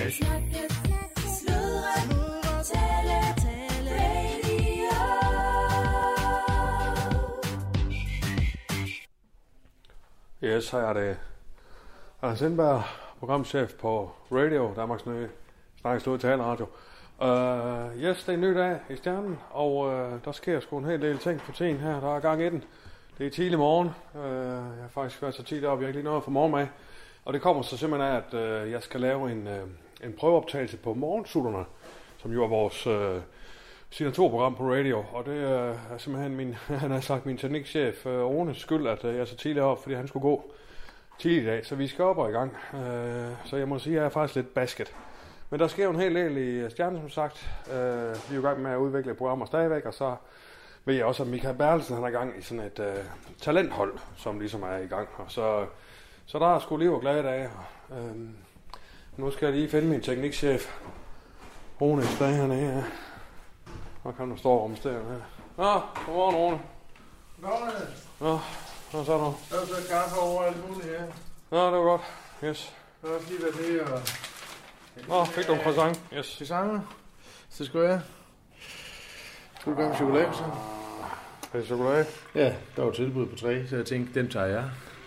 Snakke, sludre, tale, radio. Yes, her er det Anders Sindberg, programchef på Radio, Danmarks nye Snakke, Sludre, Tale, Radio. Yes, det er en ny dag i Stjernen, og der sker sgu en hel del ting for tiden her. Der er gang i den. Det er tidlig morgen. Jeg har faktisk været så tidligt op, jeg har ikke lige noget for morgen med. Og det kommer så simpelthen af, at jeg skal lave en prøveoptagelse på Morgensutterne, som jo er vores signaturprogram på radio. Og det er simpelthen han har sagt min teknikchef Rones skyld, at jeg er så tidligt op, fordi han skulle gå tidligt i dag. Så vi skal op og i gang. Så jeg må sige, at jeg er faktisk lidt basket. Men der sker jo en hel del i Stjernen, som sagt. Vi er jo i gang med at udvikle programmer stadigvæk, og så ved jeg også, at Michael Bertelsen han er i gang i sådan et talenthold, som ligesom er i gang. Og så der er sgu liv og glade dage. Nu skal jeg lige finde min teknikchef. Rune Stag, han er her. Og kan du stå og rumstere her. Nå, godmorgen Rune. Nå, hvad så nu? Der er så kaffe over alt muligt her. Nå, det var godt. Yes. Der er også lige været det og... Nå, fik du en croissant? Yes. Croissanter. Så skal jeg. Skulle du gøre med chokolade så? Er det chokolade? Ja, der var tilbud på 3, så jeg tænkte, den tager jeg.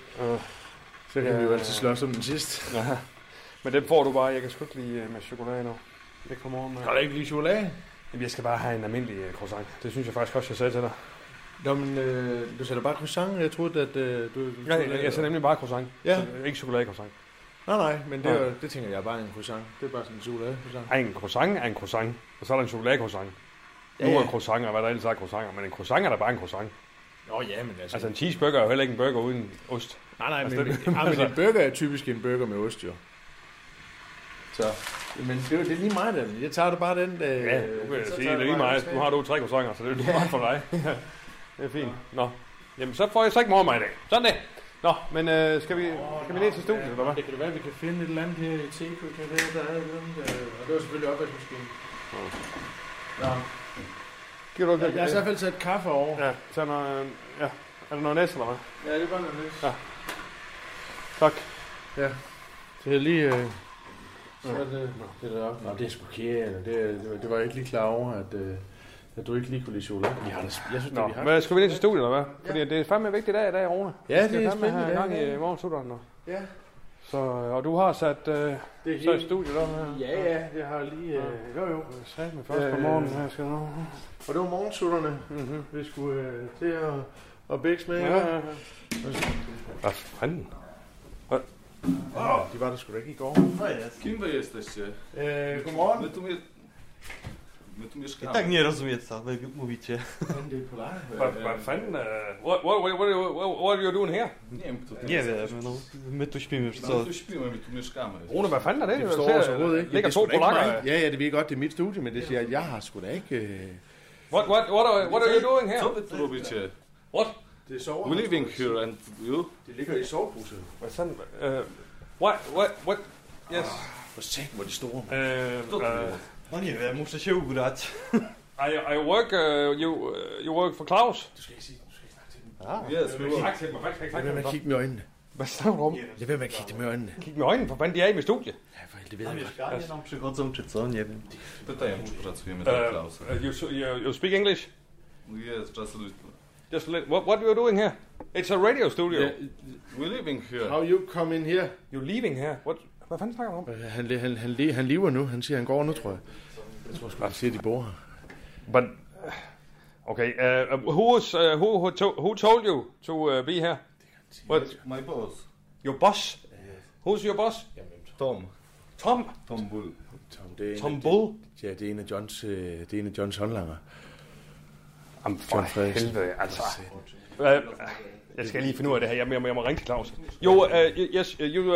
Så kan vi jo altid slås om den sidste. Ja, men den får du bare. Jeg kan sgu ikke lide med chokolade nu. Ikke for morgen. Kan du ikke lide chokolade? Jamen, jeg skal bare have en almindelig croissant. Det synes jeg faktisk også, jeg sagde til dig. Nå, men du sætter bare croissant. Jeg troede, at du... Ja, jeg sætter nemlig bare croissant. Ja. Ikke chokolade-croissant. Nej, men det tænker jeg bare en croissant. Det er bare sådan en chokolade-croissant. Ej, en croissant er en croissant. Og så er der en chokolade-croissant. Ja, nu er en croissant, og hvad der ellers er croissanter. Men en croissant er da bare en croissant. Nå ja, men altså... Altså en cheeseburger er jo heller ikke en burger uden ost. Nej, altså, men en burger er typisk en burger med ost, jo. Så... Men det er lige mig, den. Jeg tager det bare den... Ja, nu kan jeg sige, det er lige mig. Nu har du 3 croissanter, så det er lige meget for dig. Det er fint. Nå, jamen så får jeg så ikke morgenmad i dag. Sådan det. Nå, men skal vi ned til studiet, eller hvad? Det kan det være, at vi kan finde et eller andet her i tekøkken, der er et og det var selvfølgelig opvaskemaskinen. Nå. Jeg har i hvert fald sat kaffe over. Ja, så er der noget næste, eller hvad? Ja, det er bare noget næste. Ja. Tak. Ja. Så jeg lige... Så er det deroppe. Nå, det er sgu kære. Det var jeg ikke lige klar over, at du ikke lige kunne lide chokolade. Jeg synes, nå, men skal vi ned til studiet, eller hvad? Fordi det er fandme vigtigt dag i dag, Rune. Ja, det er spændende dag. Gang i morgensutterne. Ja. Så, og du har sat så i studiet op her? Ja, jeg har lige... Jo. Sat med først på morgenen her, skal du... Og det var morgensutterne, vi skulle til at bækse med. Ja. Hvad fanden? De var der sgu da ikke i går. Kim wy jesteście? Godmorgen. My tu mieszkamy. I tak nie rozumiem, co wy mówicie. Hvad fanden? What are you doing here? Nie wiem kto to Nie jest. wiem, no my tu śpimy już My co. tu śpimy, my tu mieszkamy. Rune, hvad fanden er det? Det forstår jeg overhovedet ikke. Ligger Det er 2 sgu da ikke polakker. mig. Ja, det ved jeg godt, det er mit studie, men det siger, at jeg har sgu da ikke... What are you doing here? Co wy tu robicie? What? Det er sover. We living here and you? Det ligger i sovehuset. Hvad sådan? What? Yes. Hvor sæt, hvor de store. No nie wiem, muszę się ubrać. I work, you work for Claus? Du skal ikke snakke til dem. Yes, we work. Lad være med at kigge med øjnene. Hvad snakker du om? Lad være med at kigge med øjnene. Kig med øjnenen, for fanden, de er i mit studie. Ja, for helvede, det ved Na jeg godt. mieszkanie nam przychodzą czy co, nie wiem. Pytają, czy pracujemy dla Klausa. You speak English? Yes, just a little. Just what are you doing here? It's a radio studio. Yeah. We living here. How you come in here? You're leaving here. Hvad fanden snakker du om? Han lever nu. Han siger, han går nu, tror jeg. Jeg tror sgu, han siger, de bor her. But okay, who told you to be here? What? My boss. Your boss? Who's your boss? Tom. Tom Bull. Tom Bull? Ja, det er en af Johns håndlanger. Jamen for helvede, altså. Jeg skal lige finde ud af det her. Jeg må ringe til Claus. Yes,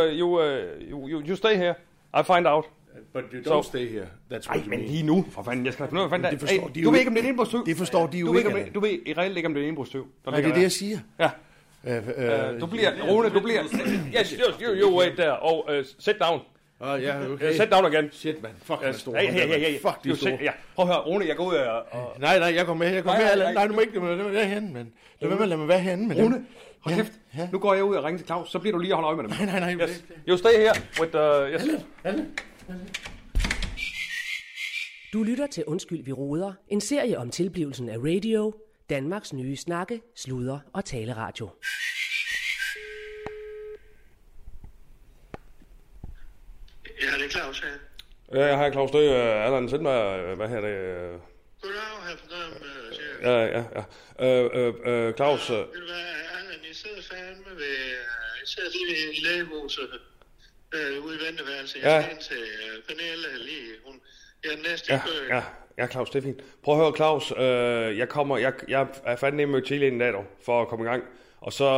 you stay here. I find out. But you don't stay here. That's Ej, men lige nu, for fanden. Jeg skal finde ud af, hvad fanden det forstår de du ved ikke, om det er en indbrudstyv. Det forstår de jo ikke. Du ved i reelt ikke, om det er en indbrudstyv. Nej, det er det, jeg siger. Ja. Du bliver, Rune, du bliver... Yes, you wait there. Og sit down. Ja, okay. Sit down again. Shit, man. Fuck, de er store. Hey. Fuck, de er store. Ja. Prøv at høre, Rune, jeg går ud og... Nej, jeg går med. Nej, du må ikke være herinde, men... Lad mig være herinde med dem. Rune, hold kæft. Nu går jeg ud og ringer til Claus, så bliver du lige at holde øje med dem. Nej. Yes. You stay here with... Yes. Alle. Du lytter til Undskyld, vi roder, en serie om tilblivelsen af radio, Danmarks nye snakke, sludder og taleradio. Ja, det er Claus her. Ja, hej Claus, det er Allan Sindberg. Hvad her det? Goddag, her program, chef. Ja. Claus... Ved du hvad, Allan, jeg sidder fandme ved... Jeg sidder lige i lægehuset ude i venteværelset. Jeg skal ind til Pernille lige. Hun... Jeg er næste i køen. Ja, Claus, det er fint. Prøv at høre, Claus. Jeg er fandme nemme til en dag, for at komme i gang. Og så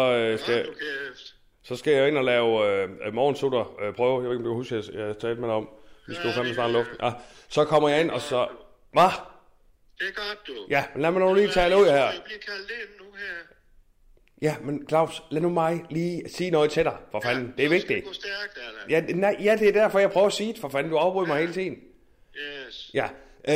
skal jeg ind og lave morgensutter prøve. Jeg ved ikke, om du husker, jeg talte med dig om. Vi skal jo fandme snart luft. Ja, så kommer jeg ind, og så... Hvad? Det er godt, du. Ja, men lad mig nu lige tale ud her. Jeg bliver kaldt ind nu her. Ja, men Claus, lad nu mig lige sige noget til dig, for fanden. Det er vigtigt. Det skal gå stærkt, Allan. Ja, det er derfor, jeg prøver at sige det, for fanden. Du afbryder mig hele tiden. Yes. Ja,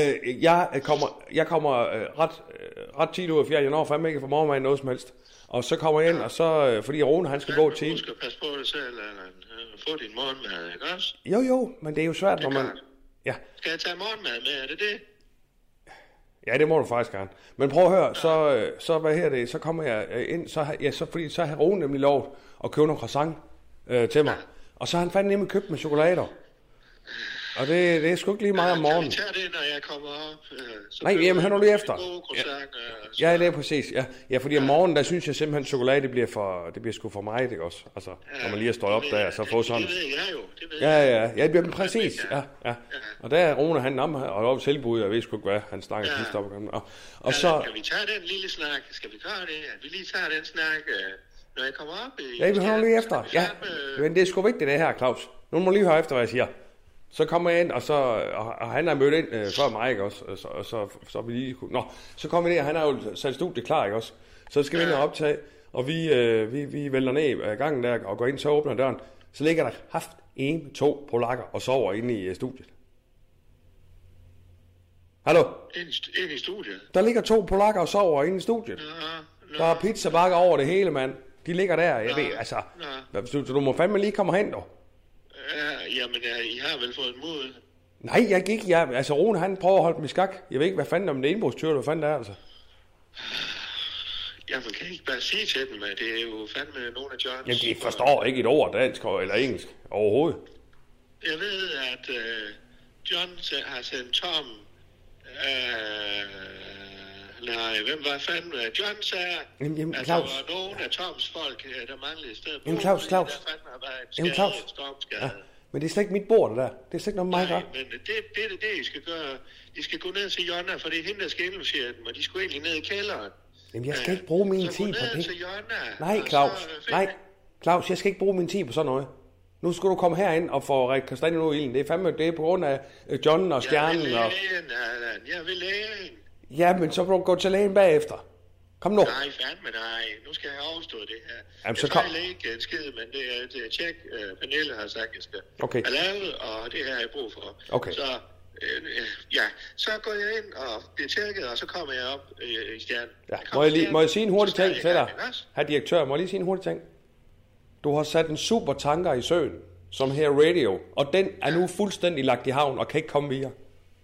jeg kommer ret tit ud af fjerde. Jeg når fandme ikke for morgenmad noget som helst. Og så kommer jeg ind, og så, fordi Rune, han skal gå til... Du skal passe på dig selv, Allan. Få din morgenmad, ikke også? Jo, men det er jo svært, når man... Ja. Skal jeg tage morgenmad med, er det det? Ja, det må du faktisk gerne. Men prøv at høre, så hvad her det, så kommer jeg ind, så har Rune nemlig lov at købe nogle croissant til mig. Og så har han fandme nemlig købt med chokolader. Og det er sgu ikke lige meget om morgenen. Kan vi tage det, når jeg kommer op? Nej, jamen hør nu lige efter. Ja, det er præcis. Ja, fordi om morgenen, der synes jeg simpelthen, at chokolade, det bliver sgu for meget, ikke også? Altså, når man lige er stået op der, så får sådan... Det ved jeg jo. Ja, det bliver præcis. Ja. Og der er Rune, han og op tilbud, jeg ved sgu ikke hvad, han snakker sidst op. Og så... Kan vi tage den lille snak? Skal vi gøre det? At vi lige tager den snak, når jeg kommer op? Ja, vi hører lige efter. Ja, men det er sgu vigtigt det her, Claus. Nu må lige høre efter, hvad jeg siger. Så kommer jeg ind, og han er mødt ind før mig, ikke også? Så vi lige kunne... Nå, så kommer vi ned, og han har jo sat studiet klar, ikke også? Så skal vi ind og optage, og vi vælter ned ad gangen der, og går ind, så åbner døren. Så ligger der 2 polakker og sover inde i studiet. Hallo? Inde i studiet? Der ligger 2 polakker og sover inde i studiet. Der er pizzabakker over det hele, mand. De ligger der, jeg ved, altså... Du må fandme lige komme hen, dog. Jamen, I har vel fået en mod? Nej, jeg gik. Altså, Rune, han prøver at holde dem i skak. Jeg ved ikke, hvad fanden om det indbrudstyr, hvad fanden det er, altså. Jamen, kan I ikke bare sige til dem, at det er jo fandme nogle af Johns... Jamen, de forstår ikke et ord dansk eller engelsk overhovedet. Jeg ved, at John har sendt Tom... Nej, hvem var fandme? John sagde, jamen, at Claus. der var nogen af Toms folk, der manglede et sted. Jamen, Claus. Der fandme har været en stormskade. Ja, men det er slet ikke mit bord, det der. Det er slet ikke noget mig, der. Nej, men det, I skal gøre. I skal gå ned til Jonna, for det er hende, der skal indlogere dem, og de skulle egentlig ned i kælderen. Jamen, jeg skal ikke bruge min tid på det. Så gå ned til Jonna. Nej, Claus. Nej, Claus, jeg skal ikke bruge min tid på sådan noget. Nu skal du komme herind og få rækket kastanjen ud i ilden. Det er fandme det på grund af John og Stjernen. Jeg vil lægen. Ja, men så får du gå til lægen bagefter. Kom nu. Nej, fandme nej. Nu skal jeg have overstået det her. Jamen, så kom. Jeg ikke en skid, men det er et tjek, Pernille har sagt, jeg skal have lavet, og det har jeg brug for. Okay. Så, så går jeg ind og bliver tjekket, og så kommer jeg op i Stjernen. Ja. Må jeg sige en hurtig ting til dig? Herr direktør, må jeg lige sige en hurtig ting? Du har sat en super tanker i søen, som her radio, og den er nu fuldstændig lagt i havn og kan ikke komme videre.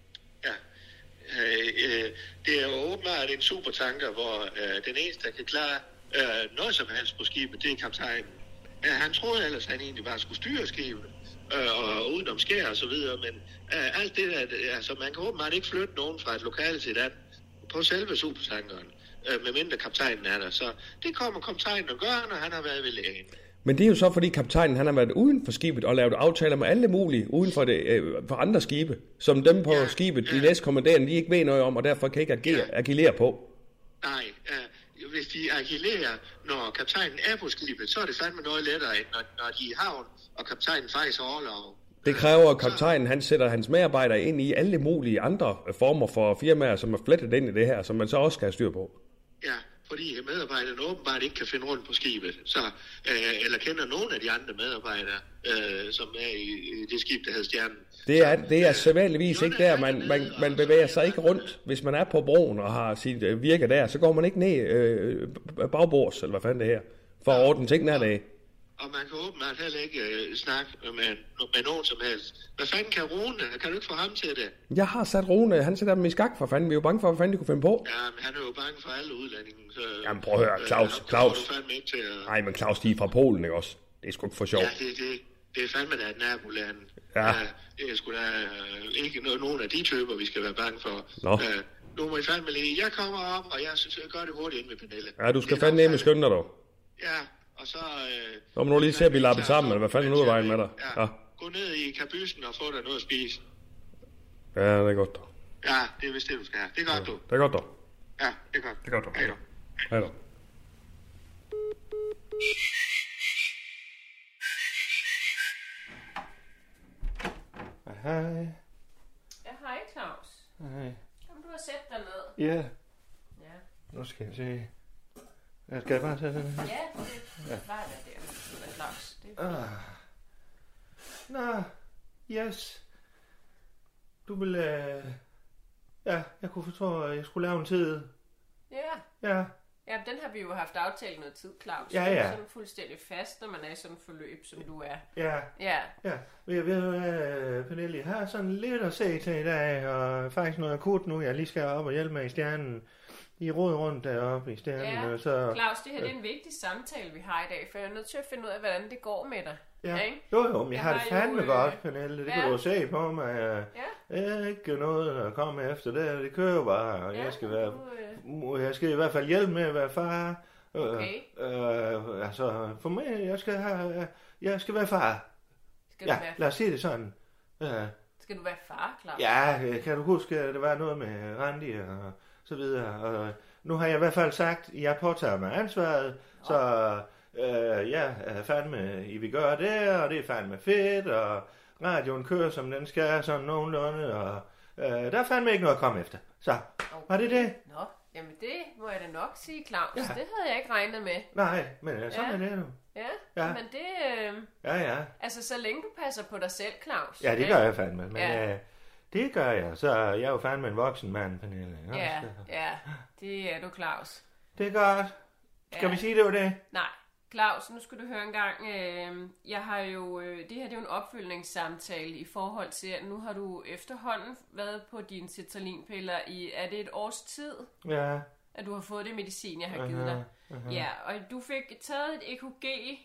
Det er jo åbenbart en supertanker, hvor den eneste, der kan klare noget som helst på skibet, det er kaptajnen. Han troede ellers, at han egentlig bare skulle styre skibet, og udenom skær og så videre, men alt det der, altså man kan åbenbart ikke flytte nogen fra et lokale til et andet på selve supertankeren, medmindre kaptajnen er der. Så det kommer kaptajnen og gør, når han har været ved lægen. Men det er jo så, fordi kaptajnen han har været uden for skibet og lavet aftaler med alle mulige uden for, for andre skibe, som dem på skibet, de næstkommanderende, de ikke ved noget om, og derfor kan ikke agilere på. Nej, hvis de agilerer, når kaptajnen er på skibet, så er det fandme noget lettere, end når de er i havn, og kaptajnen faktisk overlov. Det kræver, at kaptajnen han sætter hans medarbejdere ind i alle mulige andre former for firmaer, som er flettet ind i det her, som man så også skal have styr på. Ja, fordi medarbejderne åbenbart ikke kan finde rundt på skibet, så, eller kender nogen af de andre medarbejdere, som er i det skib, der hedder Stjernen. Det er sædvanligvis ikke der, man bevæger sig ikke rundt. Hvis man er på broen og har sit virke der, så går man ikke ned bagbords, eller hvad fanden det her, for at ordne tingene hernede. Og man kan åbenbart heller ikke snakke med nogen som helst. Hvad fanden kan Rune? Kan du ikke få ham til det? Jeg har sat Rune, han sætter dem i skak for fanden. Vi er jo bange for, hvad fanden de kunne finde på. Ja, men han er jo bange for alle udlændinge. Så, Jamen prøv at høre, Claus. Nej, men Claus, de er fra Polen, ikke også? Det er sgu ikke for sjov. Ja, det er fandme da et naboland. Ja. Det er sgu da ikke nogen af de typer, vi skal være bange for. Nå. Nu må I fandme lige. Jeg kommer op, og jeg gør det hurtigt ind med Pernille. Ja, du skal fandme ned med skønner, dog. Ja, og så... Så må du lige se at blive lappet sammen, eller hvad fanden er nu vejen med dig? Ja. Gå ned i kabysen og få dig noget at spise. Ja, det er godt, dog. Ja, det er vist det, du skal have. Det er godt, du. Det er godt, dog. Ja, det er godt. Det er godt, dog. Hej, dog. Hej, dog. Hej. Ja, hej Claus. Hej. Kom du og sæt dig ned. Ja, Ja, nu skal jeg se. Jeg skal bare sætte den. ja det var det der, Claus. Det er fint. Nå, yes. Du vil... Ja, jeg kunne forstå, at jeg skulle lave en tid. Ja. Ja, Ja, den har vi jo haft aftalt noget tid, Claus. Ja, ja. Det er sådan fuldstændig fast, når man er i sådan et forløb, som du er. ja, Ja. ja. Jeg ved, Pernille, jeg har sådan lidt at se til i dag, og faktisk noget akut nu, jeg lige skal op og hjælpe med i Stjernen. I råd rundt deroppe i Stjernen, Ja, så... Claus, det her det er en vigtig samtale, vi har i dag, for jeg er nødt til at finde ud af, hvordan det går med dig. Ja, Ikke? jo, men jeg har det har jo, fandme godt, Pernille. Det kan ja. du se på mig. Ja. Jeg er ikke noget at komme efter det. Det kører jo bare, og Ja, jeg skal være... du, Jeg skal i hvert fald hjælpe med at være far. Okay. Altså, for mig, jeg skal være far. Skal du Ja, være, lad os sige det sådan. skal du være far, Claus? Ja, kan du huske, at det var noget med Randi og så videre. Og nu har jeg i hvert fald sagt, at jeg påtager mig ansvaret, så ja, fandme, I vil gøre det, og det er fandme fedt, og radioen kører, som den skal, sådan nogenlunde, og der er fandme ikke noget at komme efter. Så, var det det? Nå, jamen det må jeg da nok sige, Claus. Ja. Det havde jeg ikke regnet med. Nej, men sådan Ja. er det nu. Ja, Ja. men det... Ja. altså, så længe du passer på dig selv, Claus. Ja, det gør jeg fandme, men Ja. det gør jeg. Så jeg er jo fandme en voksen mand, Pernille. ikke Ja, også? ja, det er du, Claus. Det er godt. Skal Ja. vi sige, det var det? Nej, Claus, nu skal du høre en gang. Jeg har jo... det her det er jo en opfølgningssamtale i forhold til, at nu har du efterhånden været på dine citrulinpiller i... Er det et års tid, Ja. at du har fået det medicin, jeg har givet dig? Ja, og du fik taget et EKG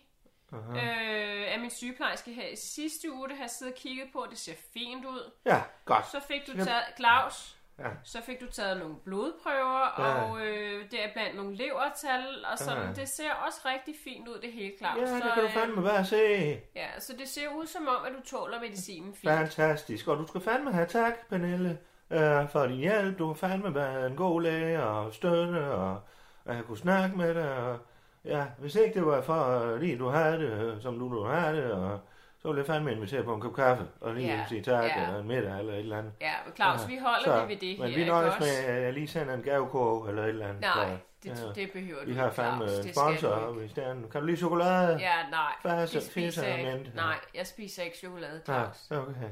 af min sygeplejerske her i sidste uge. Det har jeg siddet og kigget på. Det ser fint ud. Ja, godt. Så fik du taget... Claus... Ja. Så fik du taget nogle blodprøver, Ja. og der er blandt nogle levertal, og sådan. Det ser også rigtig fint ud, det hele, Claus. Ja, det så, kan du fandme bare se. ja, så det ser ud som om, at du tåler medicinen fint. Fantastisk. Og du skal fandme have tak, Pernille, for din hjælp. Du har fandme været en god læge og støtte, og at jeg kunne snakke med dig. Og, ja, hvis ikke det var for lige du havde det, som du havde det, og så ville jeg fandme invitere på en kop kaffe, og lige Ja, sige tak, ja. eller en middag, eller et eller andet. Ja, men Claus, vi holder det ved det men her, vi ikke nøjes også? med, at jeg lige sender en gavekurv, eller et eller andet. Nej, Så, det behøver du vi ikke, har fandme Claus. en Det skal sponsor du oppe ikke. i Stjernen. Kan du lide chokolade? Ja, nej, Fast- det spiser jeg ikke. mint. Nej, jeg spiser ikke chokolade, Ja, Claus. okay.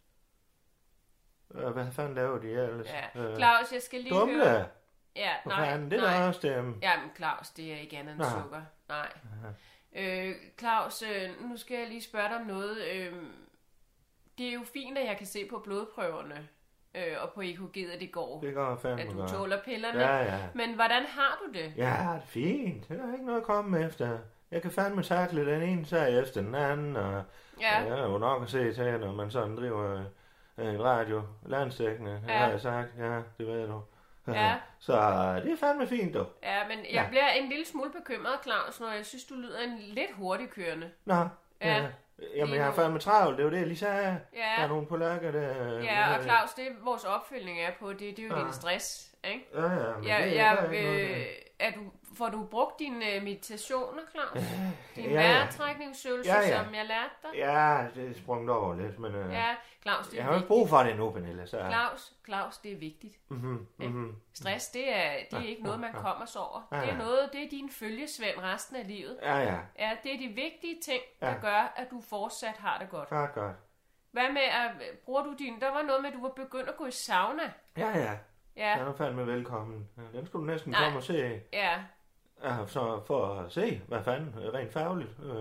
Hvad fanden laver de ellers? Ja, Claus, jeg skal lige Dumle? høre... Ja, Hvad nej, fanden? Det er nej. da også dem. Jamen, Claus, det er ikke andet end Nå. sukker. Nej. Claus, nu skal jeg lige spørge dig om noget. Det er jo fint, at jeg kan se på blodprøverne og på EKG'et, at det går. Det går fandme At du godt. tåler pillerne. Ja. Men hvordan har du det? Ja, det er fint. Der er ikke noget at komme efter. Jeg kan fandme takle den ene sag efter den anden, og Ja. jeg er jo nok at se til, når man sådan driver en radio landsdækkende, Ja. har jeg sagt. Ja, det ved du. Ja. Så det er fandme fint, du. Ja, men jeg bliver en lille smule bekymret, Claus, når jeg synes, du lyder en lidt hurtigt kørende. Nå, Ja. Jamen, jeg har fandme travlt, det er jo det, jeg lige sagde. Ja. Der er nogle polakker, der... Ja, og Claus, det vores opfølgning er på, det er jo Ja. din stress, ikke? Ja, men det Ja, er ikke noget, får du brugt dine meditationer, Claus? Din ja. vejrtrækningsøvelse, Ja. som jeg lærte dig? Ja, det er sprunget over lidt, men... Ja, Claus, det jeg er har jo ikke vigtigt. brug for det nu, Pernille, så... Claus, det er vigtigt. Mhm. Stress, det er ikke noget, man kommer sig over. Ja, Det er ja. noget, det er din følgesvend resten af livet. Ja, Ja, det er de vigtige ting, der Ja. gør, at du fortsat har det godt. godt. Hvad med, bruger du din... Der var noget med, at du var begyndt at gå i sauna. Ja. Ja, Jeg er fandme velkommen. Ja, den skulle du næsten Nej. komme og se. ja, Ja, så for at se, hvad fanden, rent fagligt.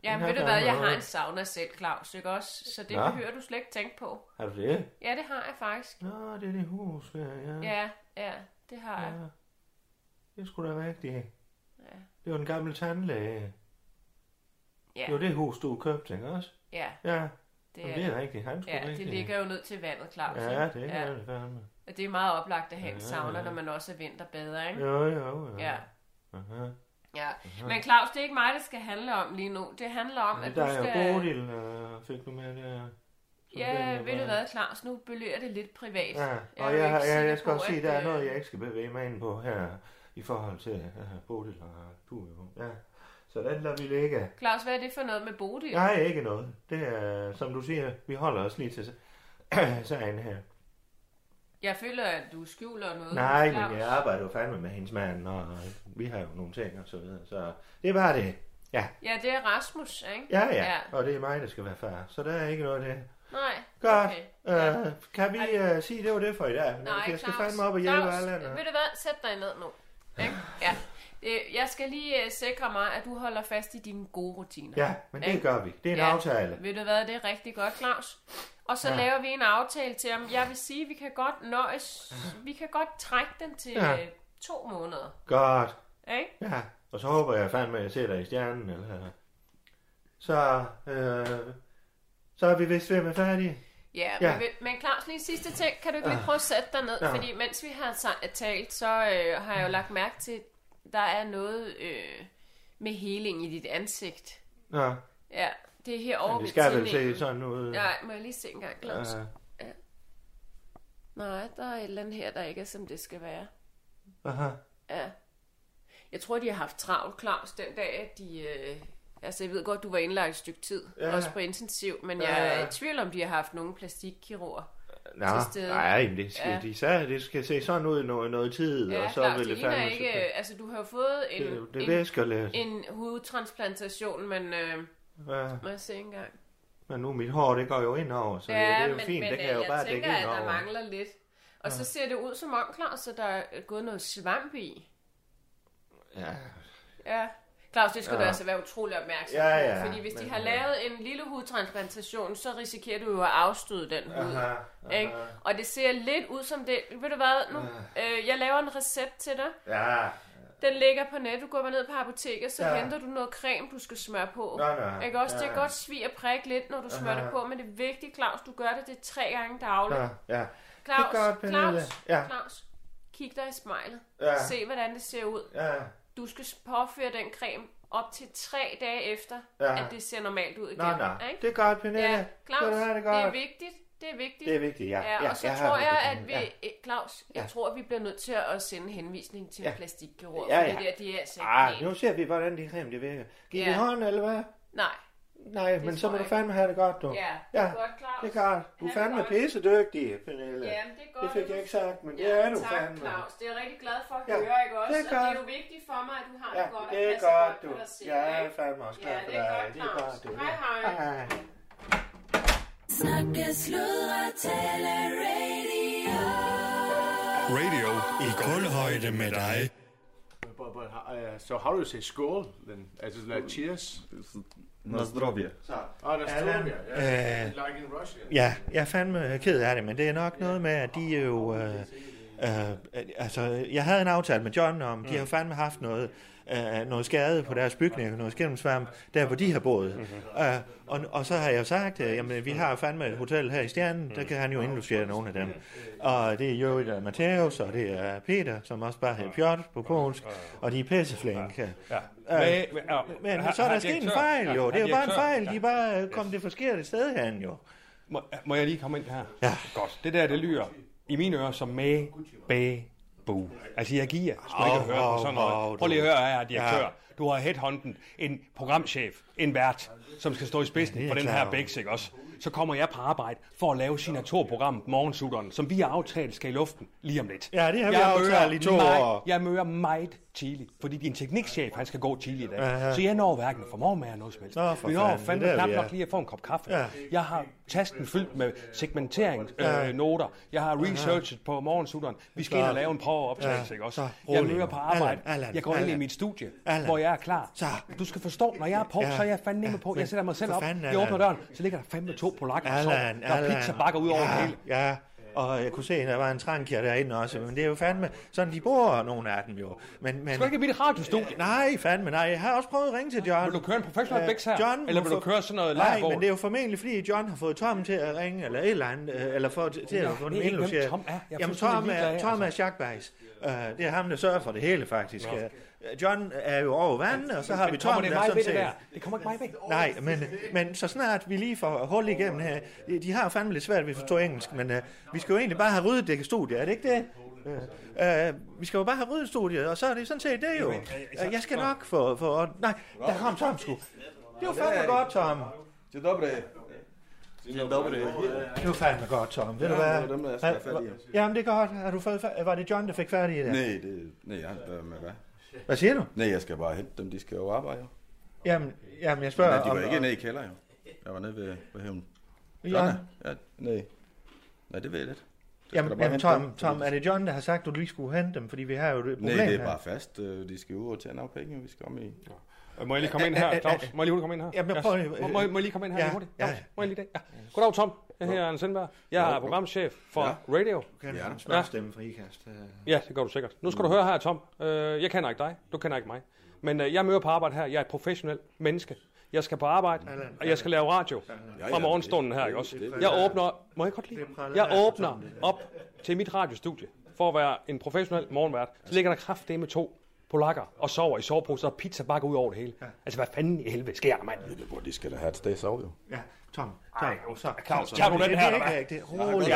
Ja, men ved du hvad, jeg har en sauna selv, Claus, ikke også? Så det behøver du slet ikke tænke på. Har du det? Ja, det har jeg faktisk. Nå, det er det hus, ja. Ja, det har jeg. Det skulle da rigtigt. Ja. Det var den gamle tandlæge. Ja. Det var det hus, du købte, ikke også? Ja. Ja, det er rigtigt. Han skulle ja, rigtigt. det ligger jo ned til vandet, Claus. Ja, det er det fandme. Og det er meget oplagt at have en sauna, når man også er vinterbader, ikke? Jo. Ja. Aha. Ja, men Claus, det er ikke mig, det skal handle om lige nu. Det handler om, at du skal... Der er jo Bodil, fik du med der. Ja, ved du hvad, Claus, nu belører det lidt privat. Ja, og jeg skal også sige, der er noget, jeg ikke skal bevæge mig ind på her, i forhold til Bodil og du. Ja, så den lader vi ligge. Claus, hvad er det for noget med Bodil? Nej, ikke noget. Det er, som du siger, vi holder os lige til sagen her. Jeg føler, at du skjuler noget. Nej, Claus. men jeg arbejder jo fandme med hendes mand, og vi har jo nogle ting og så videre, så det er bare det. Ja. Ja, det er Rasmus, ikke? Ja, og det er mig, der skal være far, så der er ikke noget af det. Nej, godt. Okay. Kan vi sige, det var det for i dag? Nej, jeg skal Claus, fandme op og hjælpe Claus, alle andre. ved du hvad, sæt dig ned nu. Ikke? Ja. Jeg skal lige sikre mig, at du holder fast i dine gode rutiner. Ja, men det gør vi. Det er en aftale. Ved du hvad, det er rigtig godt, Claus. Og så laver vi en aftale til ham. Jeg vil sige, vi kan godt nøjes. Vi kan godt trække den til 2 måneder. Godt. Ikke? Ja, og så håber jeg fandme, at jeg ser dig i stjernen. Eller... Så er vi vist ved med færdige. Ja. Men Claus, lige sidste ting. Kan du ikke lige prøve at sætte dig ned? Fordi mens vi har talt, så har jeg jo lagt mærke til, der er noget med heling i dit ansigt. Ja, det er herovre ved tændingen. Det skal vel se sådan ud. Nej, må jeg lige se en gang, Claus? Ja. Nej, der er et eller andet her, der ikke er, som det skal være. Aha. Ja. Jeg tror, de har haft travlt, Claus, den dag, at de... altså, jeg ved godt, du var indlagt et stykke tid, også på intensiv, men jeg er i tvivl om, de har haft nogle plastikkirurger til stede. Nej, men det skal se sådan ud noget tid, og så Claus, vil det fandme... ikke... Altså, du har jo fået en hudtransplantation, men... må jeg se engang. Men nu mit hår, det går jo ind over, så det er jo fint, det kan jeg jo bare dække ind over. Jeg tænker, at der mangler lidt. Og så ser det ud som om, Claus, at der er gået noget svamp i. Ja. Claus, det skal du altså være utrolig opmærksom på, fordi hvis de har lavet en lille hudtransplantation, så risikerer du jo at afstøde den hud. Ikke? Og det ser lidt ud som det... Ved du hvad, nu? Jeg laver en recept til dig. Ja. Den ligger på net. Du går ned på apoteket, så henter du noget creme, du skal smøre på. Ikke også? Det er godt svig og prik lidt, når du smører det på, men det er vigtigt, Claus, du gør det 3 gange dagligt. Claus, kig dig i spejlet. Se, hvordan det ser ud. Du skal påføre den creme op til 3 dage efter, at det ser normalt ud igen. Ikke? Det er godt, Pernille. Ja, Claus, det er vigtigt. Det er vigtigt, ja. Og så tror jeg, at vi... Claus, jeg tror, at vi bliver nødt til at sende henvisning til en plastikkirurg. For det er altså nu ser vi, hvordan de creme, det virker. Giv det hånd, eller hvad? Nej, men så må du fandme have det godt, du. Ja, det er godt, Claus. Det er godt. Du er fandme pissedygtig, Pernille. Ja, det er godt. Det fik jeg ikke sagt, men det er du tak, fandme. Claus. Det er jeg rigtig glad for at høre, ikke også? Det er godt. Og det er jo vigtigt for mig, at du har det godt. Det er godt, du. Jeg er fandme også glad for dig. Det er godt, Claus. Hej. Snakke, sludre, tale, radio. Radio i kulhøjde med dig. So how do you say skål then? Altså like cheers? Na zdrowie. Like in Russia. Ja, jeg er fandme ked af det, men det er nok noget med, at de er jo... altså, jeg havde en aftale med John om, de har fandme haft noget skade på deres bygning, noget skælmsvamp, der hvor de har boet. Og så har jeg sagt, jamen vi har fandme et hotel her i Stjernen, der kan han jo indlogere nogle af dem. Og det er jo Matthäus, og det er Peter, som også bare hedder Piotr på polsk, og de er pisseflinke. Men så er der sket en fejl jo, det er jo bare en fejl, de er bare kommet det forkerte sted hen jo. Må jeg lige komme ind her? Ja. Godt. Det der, det lyder i mine ører som med, bag, bu. Altså, jeg giver sgu ikke at høre på sådan noget. Prøv lige at høre her, direktør. Du har headhunted en programchef, en vært, som skal stå i spidsen for den her bæks, ikke også? så kommer jeg på arbejde for at lave signaturprogrammet Morgensutteren, som vi har aftalt skal i luften lige om lidt. Ja, det har vi aftalt i 2 år. Jeg møder meget tidligt, fordi din teknikchef, han skal gå tidligt i dag. Så jeg når hverken for morgenmad eller noget som helst. Vi når fandme knap nok lige at få en kop kaffe. Ja. Jeg har tasken fyldt med segmenteringsnoter. Jeg har researchet på Morgensutteren. Vi skal ind og lave en prøveoptagelse, ikke også? Jeg møder på arbejde. Jeg går ind i mit studie, hvor jeg er klar. Du skal forstå, når jeg er på, så er jeg fandme på. Jeg sætter mig selv op. Jeg åbner døren, så ligger der fandme 2 polakker og sover. Der er pizzabakker ud over det hele. Ja. Og jeg kunne se, at der var en trankier derinde også, men det er jo fandme sådan, de bor nogle af dem jo. Men skal du ikke i mit radiostudie? Nej, fandme nej. Jeg har også prøvet at ringe til John. Vil du køre en professionel bæks her? John, eller vil du køre sådan noget live? Nej, men det er jo formentlig, fordi John har fået Tom til at ringe, eller et eller andet, eller til at få den indlogeret. Jamen, Tom er Schackbeis. Det er ham, der sørger for det hele, faktisk. John er jo over vandet, og så har vi Tom, der sådan set... Det kommer ikke mig væk. Nej, men så snart vi lige får hul igennem her... De har jo fandme lidt svært ved at forstå engelsk, men vi skal jo egentlig bare have ryddet det studie, er det ikke det? Vi skal jo bare have ryddet studiet, og så er det sådan set det jo. Jeg skal nok få... Nej, der kom Tom sgu. Det var fandme godt, Tom. Dzień dobry. Dzień dobry. Det var fandme godt, Tom. Ved du hvad? Jamen, det er godt. Var det John, der fik færdig i det? Nej, jeg har ikke med hvad. Hvad siger du? Nej, jeg skal bare hente dem, de skal jo arbejde. Jamen jeg spørger om... de var ikke nede i kælder, jo. Jeg var nede ved hævnen. Ja, nej, det ved jeg lidt. Jamen Tom, er det John, der har sagt, at du lige skulle hente dem? Fordi vi har jo et problem her. Nej, det er bare fast. De skal ud og tjene af penge, vi skal om i... Må jeg lige komme ind her, Claus? Må jeg lige komme ind her? Jamen, må jeg lige komme ind her hurtigt? Ja. Må jeg lige det? Ja. Goddag, Tom. Jeg hedder Anders Sindberg. Jeg er programchef for Radio. Du kan have en spørgstemme for IKAST. Ja, det gør du sikkert. Nu skal du høre her, Tom. Jeg kender ikke dig. Du kender ikke mig. Men jeg møder på arbejde her. Jeg er et professionel menneske. Jeg skal på arbejde, og jeg skal lave radio fra morgenstunden her, ikke også? Jeg åbner... Må jeg godt lide? Jeg åbner op til mit radiostudie for at være en professionel morgenvært. Så ligger der kraftedeme 2 polakker og sover i soveposer og pizza bakker ud over det hele. Altså, hvad fanden i helvede sker der, mand? De skal da have et sted at sove, jo. Ja, Tom. Claus, tager du den her, eller hvad? Rolig,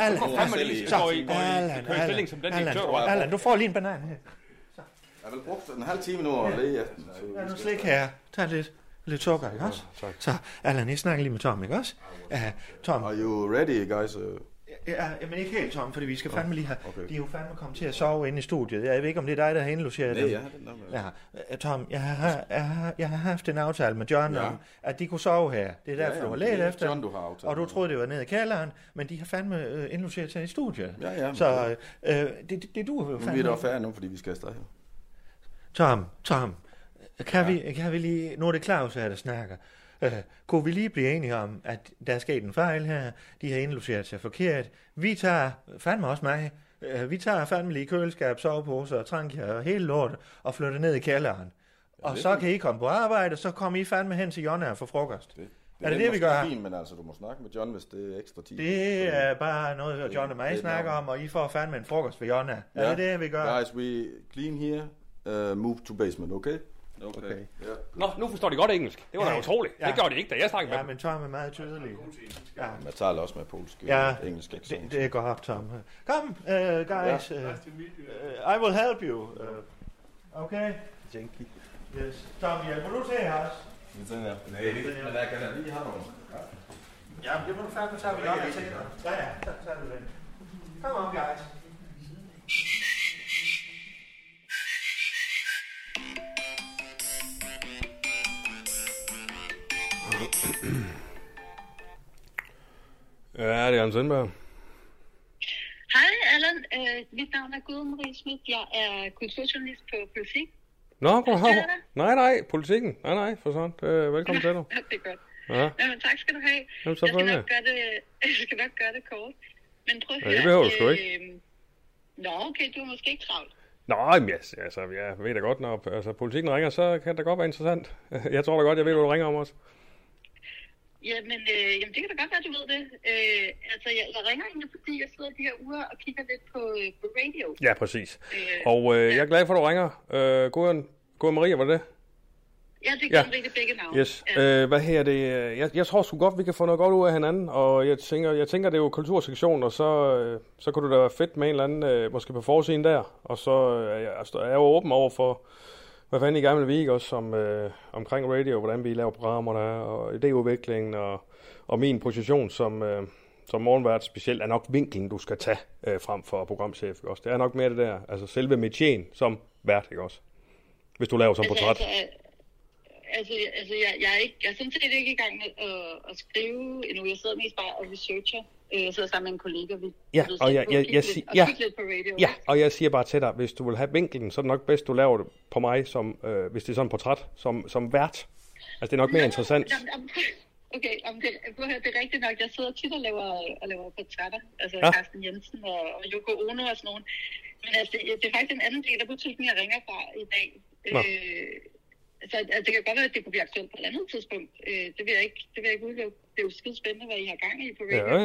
Allan, du får lige en banan her. Jeg har vel brugt en halv time nu at læge efter. Ja, nu slik her. Tag lidt sukker, ikke også? Så, Allan, jeg snakker lige med Tom, ikke også? Tom. Are you ready, guys? Ja, men ikke helt, Tom, fordi vi skal fandme lige have... Okay. De er jo fandme kommet til at sove inde i studiet. Jeg ved ikke, om det er dig, der har indlogeret dem. Ja, Tom, jeg har haft en aftale med John om, at de kunne sove her. Det er derfor, du har let efter John, du har aftalt. Og du troede, det var nede i kælderen, men de har fandme indlogeret til i studiet. Ja. Så det duer jo fandme... Nu er der færdig nu, fordi vi skal afsted her. Tom, kan vi lige... Nu er det Claus her, der snakker. Kunne vi lige blive enige om, at der er sket en fejl her, de har indlogeret sig forkert. Vi tager, fandme også mig, vi tager fandme lige køleskab, soveposer og trankier og hele lortet og flytter ned i kælderen. Og så kan I komme på arbejde, og så kommer I fandme hen til Jonna for frokost. Er det vi gør? Fint, men altså, du må snakke med John, hvis det er ekstra tid. Det er bare noget, John og mig snakker om, og I får fandme en frokost ved Jonna. Er det vi gør? Guys, we clean here, move to basement, okay? Okay. Yeah. Nå, nu forstår de godt engelsk. Det var da utroligt. Ja. Det gjorde de ikke, da jeg snakkede med dem. Ja, men Tom er meget tydelig. Ja. Jeg taler også med polsk engelsk. Det går op, Tom. Kom, guys. I will help you. Okay? Thank you. Yes. Tom, hjælper du til os? Nej, men jeg kan da lige have nogle. Ja, det må du fandme tage ved op til. Ja, så tager du den. Come on, guys. Ja, det er Anders Sindberg. Hej, Allan. Mit navn er Gudrun Marie Schmidt. Jeg er kulturjournalist på Politik. Nå, nej, Politikken. Nej, for sådan. Velkommen til dig. Det er godt. Ja. Jamen, tak skal du have. Jamen, så jeg skal nok gøre det kort. Men prøv at høre. Det behøver du sgu ikke. Nå, okay, du er måske ikke travlt. Nå, men altså, jeg ved da godt, når Politikken ringer, så kan det godt være interessant. Jeg tror da godt, jeg ved, hvad du ringer om også. Jamen, det kan da godt være, du ved det. Altså, jeg ringer egentlig, fordi jeg sidder de her uger og kigger lidt på radio. Ja, præcis. Og jeg er glad for, at du ringer. Gudrun Marie, var det? Ja, det er Marie, det begge navne. Yes. Hvad her det? Jeg tror sgu godt, vi kan få noget godt ud af hinanden, og jeg tænker, det er jo kultursektion, og så kunne det da være fedt med en eller anden, måske på forsiden der, og så er jeg jo åben over for, hvad fanden I gerne vil vide, ikke? Også omkring radio, hvordan vi laver programmer der, og idéudviklingen, og min position som morgenvært specielt er nok vinklen, du skal tage frem for programchef, ikke også? Det er nok mere det der, altså selve metien som vært, ikke også? Hvis du laver som portræt. Jeg er sådan set ikke i gang med at skrive endnu. Jeg sidder mest bare og researcher. Jeg sidder sammen med en kollega. Ja, og jeg siger bare til dig, hvis du vil have vinklen, så er det nok bedst, du laver det på mig, som, hvis det er sådan et portræt, som vært. Altså, det er nok mere interessant. Okay, det er rigtigt nok. Jeg sidder tit og laver portrætter. Altså Carsten Jensen og Yoko Ono og sådan nogen. Men altså, det er faktisk en anden del af butikken, jeg ringer fra i dag. Så altså, det kan godt være, at det kunne blive aktuelt på et andet tidspunkt. Det vil jeg ikke udelukke. Det er jo skide spændende, hvad I har gang i på radio.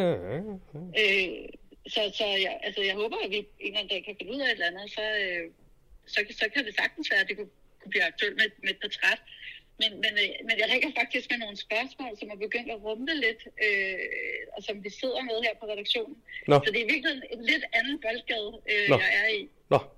Så jeg håber, at vi en eller anden dag kan finde ud af et eller andet. Så kan det sagtens være, at det kunne blive aktuelt med et portræt. Men jeg ringer faktisk med nogle spørgsmål, som er begyndt at rumle lidt, og som vi sidder med her på redaktionen. Så det er virkelig en lidt anden boldgade, jeg er i.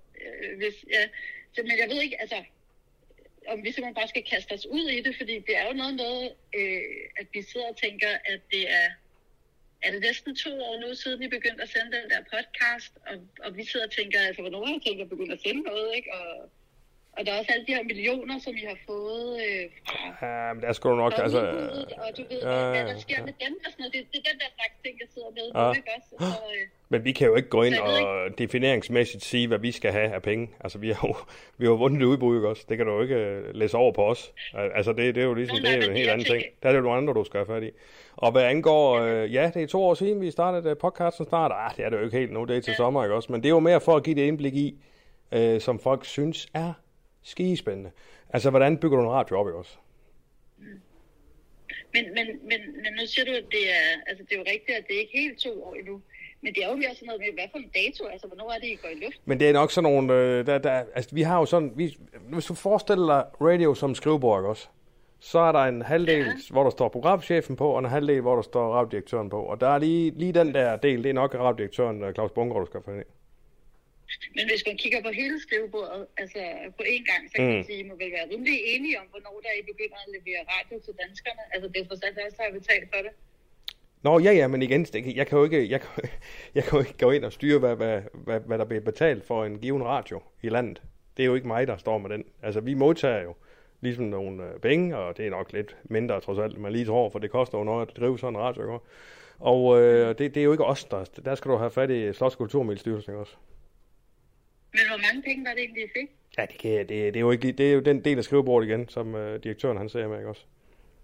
Men jeg ved ikke, altså, om vi simpelthen bare skal kaste os ud i det, fordi det er jo noget med, at vi sidder og tænker, at det er det næsten 2 år nu siden, vi begyndte at sende den der podcast, og vi sidder og tænker, altså hvornår har jeg tænkt at begynde at sende noget, ikke? Og der er også alle de her millioner, som I har fået fra... Ja, men der skal du nok... Altså, og du ved, hvad der sker med dem og sådan noget. Det er den der slags ting, jeg sidder med. Ikke også? Men vi kan jo ikke gå ind og defineringsmæssigt sige, hvad vi skal have af penge. Altså, vi har jo vundet det udbud, ikke også? Det kan du jo ikke læse over på os. Altså, det er jo ligesom, det er jo en helt anden ting. Der er det jo nogle andre, du skal have fat i. Og hvad angår... det er 2 år siden, vi startede podcasten snart. Det er det jo ikke helt nu, det er til sommer, ikke også? Men det er jo mere for at give det indblik i, som folk synes er skidespændende. Altså, hvordan bygger du en radio op, ikke også? Men nu siger du, at det er jo rigtigt, at det er ikke helt 2 år endnu. Men det er jo mere sådan noget med, hvad for en dato, altså hvornår er det, I går i luft? Men det er nok sådan nogle, altså vi har jo sådan, hvis du forestiller dig radio som skrivebord, ikke også? Så er der en halvdel, hvor der står programchefen på, og en halvdel, hvor der står radiodirektøren på. Og der er lige den der del, det er nok radiodirektøren Claus Bunker, du skal få ind. Men hvis man kigger på hele skrivebordet, altså på én gang, så kan man sige, at I må vel være rimelig enige om, hvornår der I begynder at levere radio til danskerne. Altså det er for sig også, der har betalt for det. Nå, ja, men igen, jeg kan jo ikke gå ind og styre, hvad der bliver betalt for en given radio i landet. Det er jo ikke mig, der står med den. Altså vi modtager jo ligesom nogle penge, og det er nok lidt mindre trods alt, man lige tror, for det koster jo noget at drive sådan en radio, ikke? Og det er jo ikke os, der skal du have fat i Slots- og Kulturmiddelstyrelsen også. Men hvor mange penge var det egentlig, I fik? Ja, det er jo ikke, det er jo den del af skrivebordet igen, som direktøren han ser med, ikke også?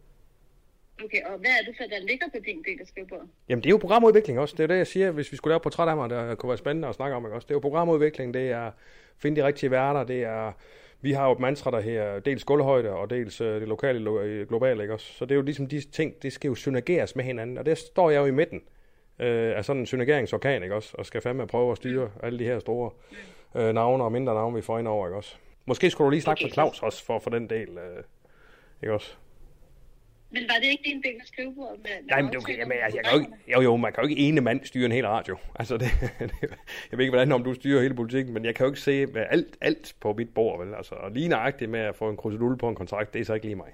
Okay, og hvad er det så, der ligger på din del af skrivebordet? Jamen, det er jo programudvikling også. Det er jo det, jeg siger, hvis vi skulle lave portræt af mig, der kunne være spændende at snakke om, ikke også? Det er jo programudvikling, det er finde de rigtige værter, det er... Vi har jo et mantra, der her dels gulvhøjde, og dels det lokale globale, ikke også? Så det er jo ligesom de ting, det skal jo synergeres med hinanden, og der står jeg jo i midten af sådan en synergeringsorkan, ikke også? Og skal fandme prøve at styre alle de her store navne og mindre navne, vi får ind over, ikke også? Måske skulle du lige snakke med Claus også for den del, ikke også? Men var det ikke din del af skrivebordet? Nej, men jeg kan jo ikke, man kan jo ikke ene mand styre en hel radio. Altså, jeg ved ikke, hvordan om du styrer hele politikken, men jeg kan jo ikke se alt på mit bord, vel? Altså, og lige nøjagtigt med at få en krusedulle på en kontrakt, det er så ikke lige mig.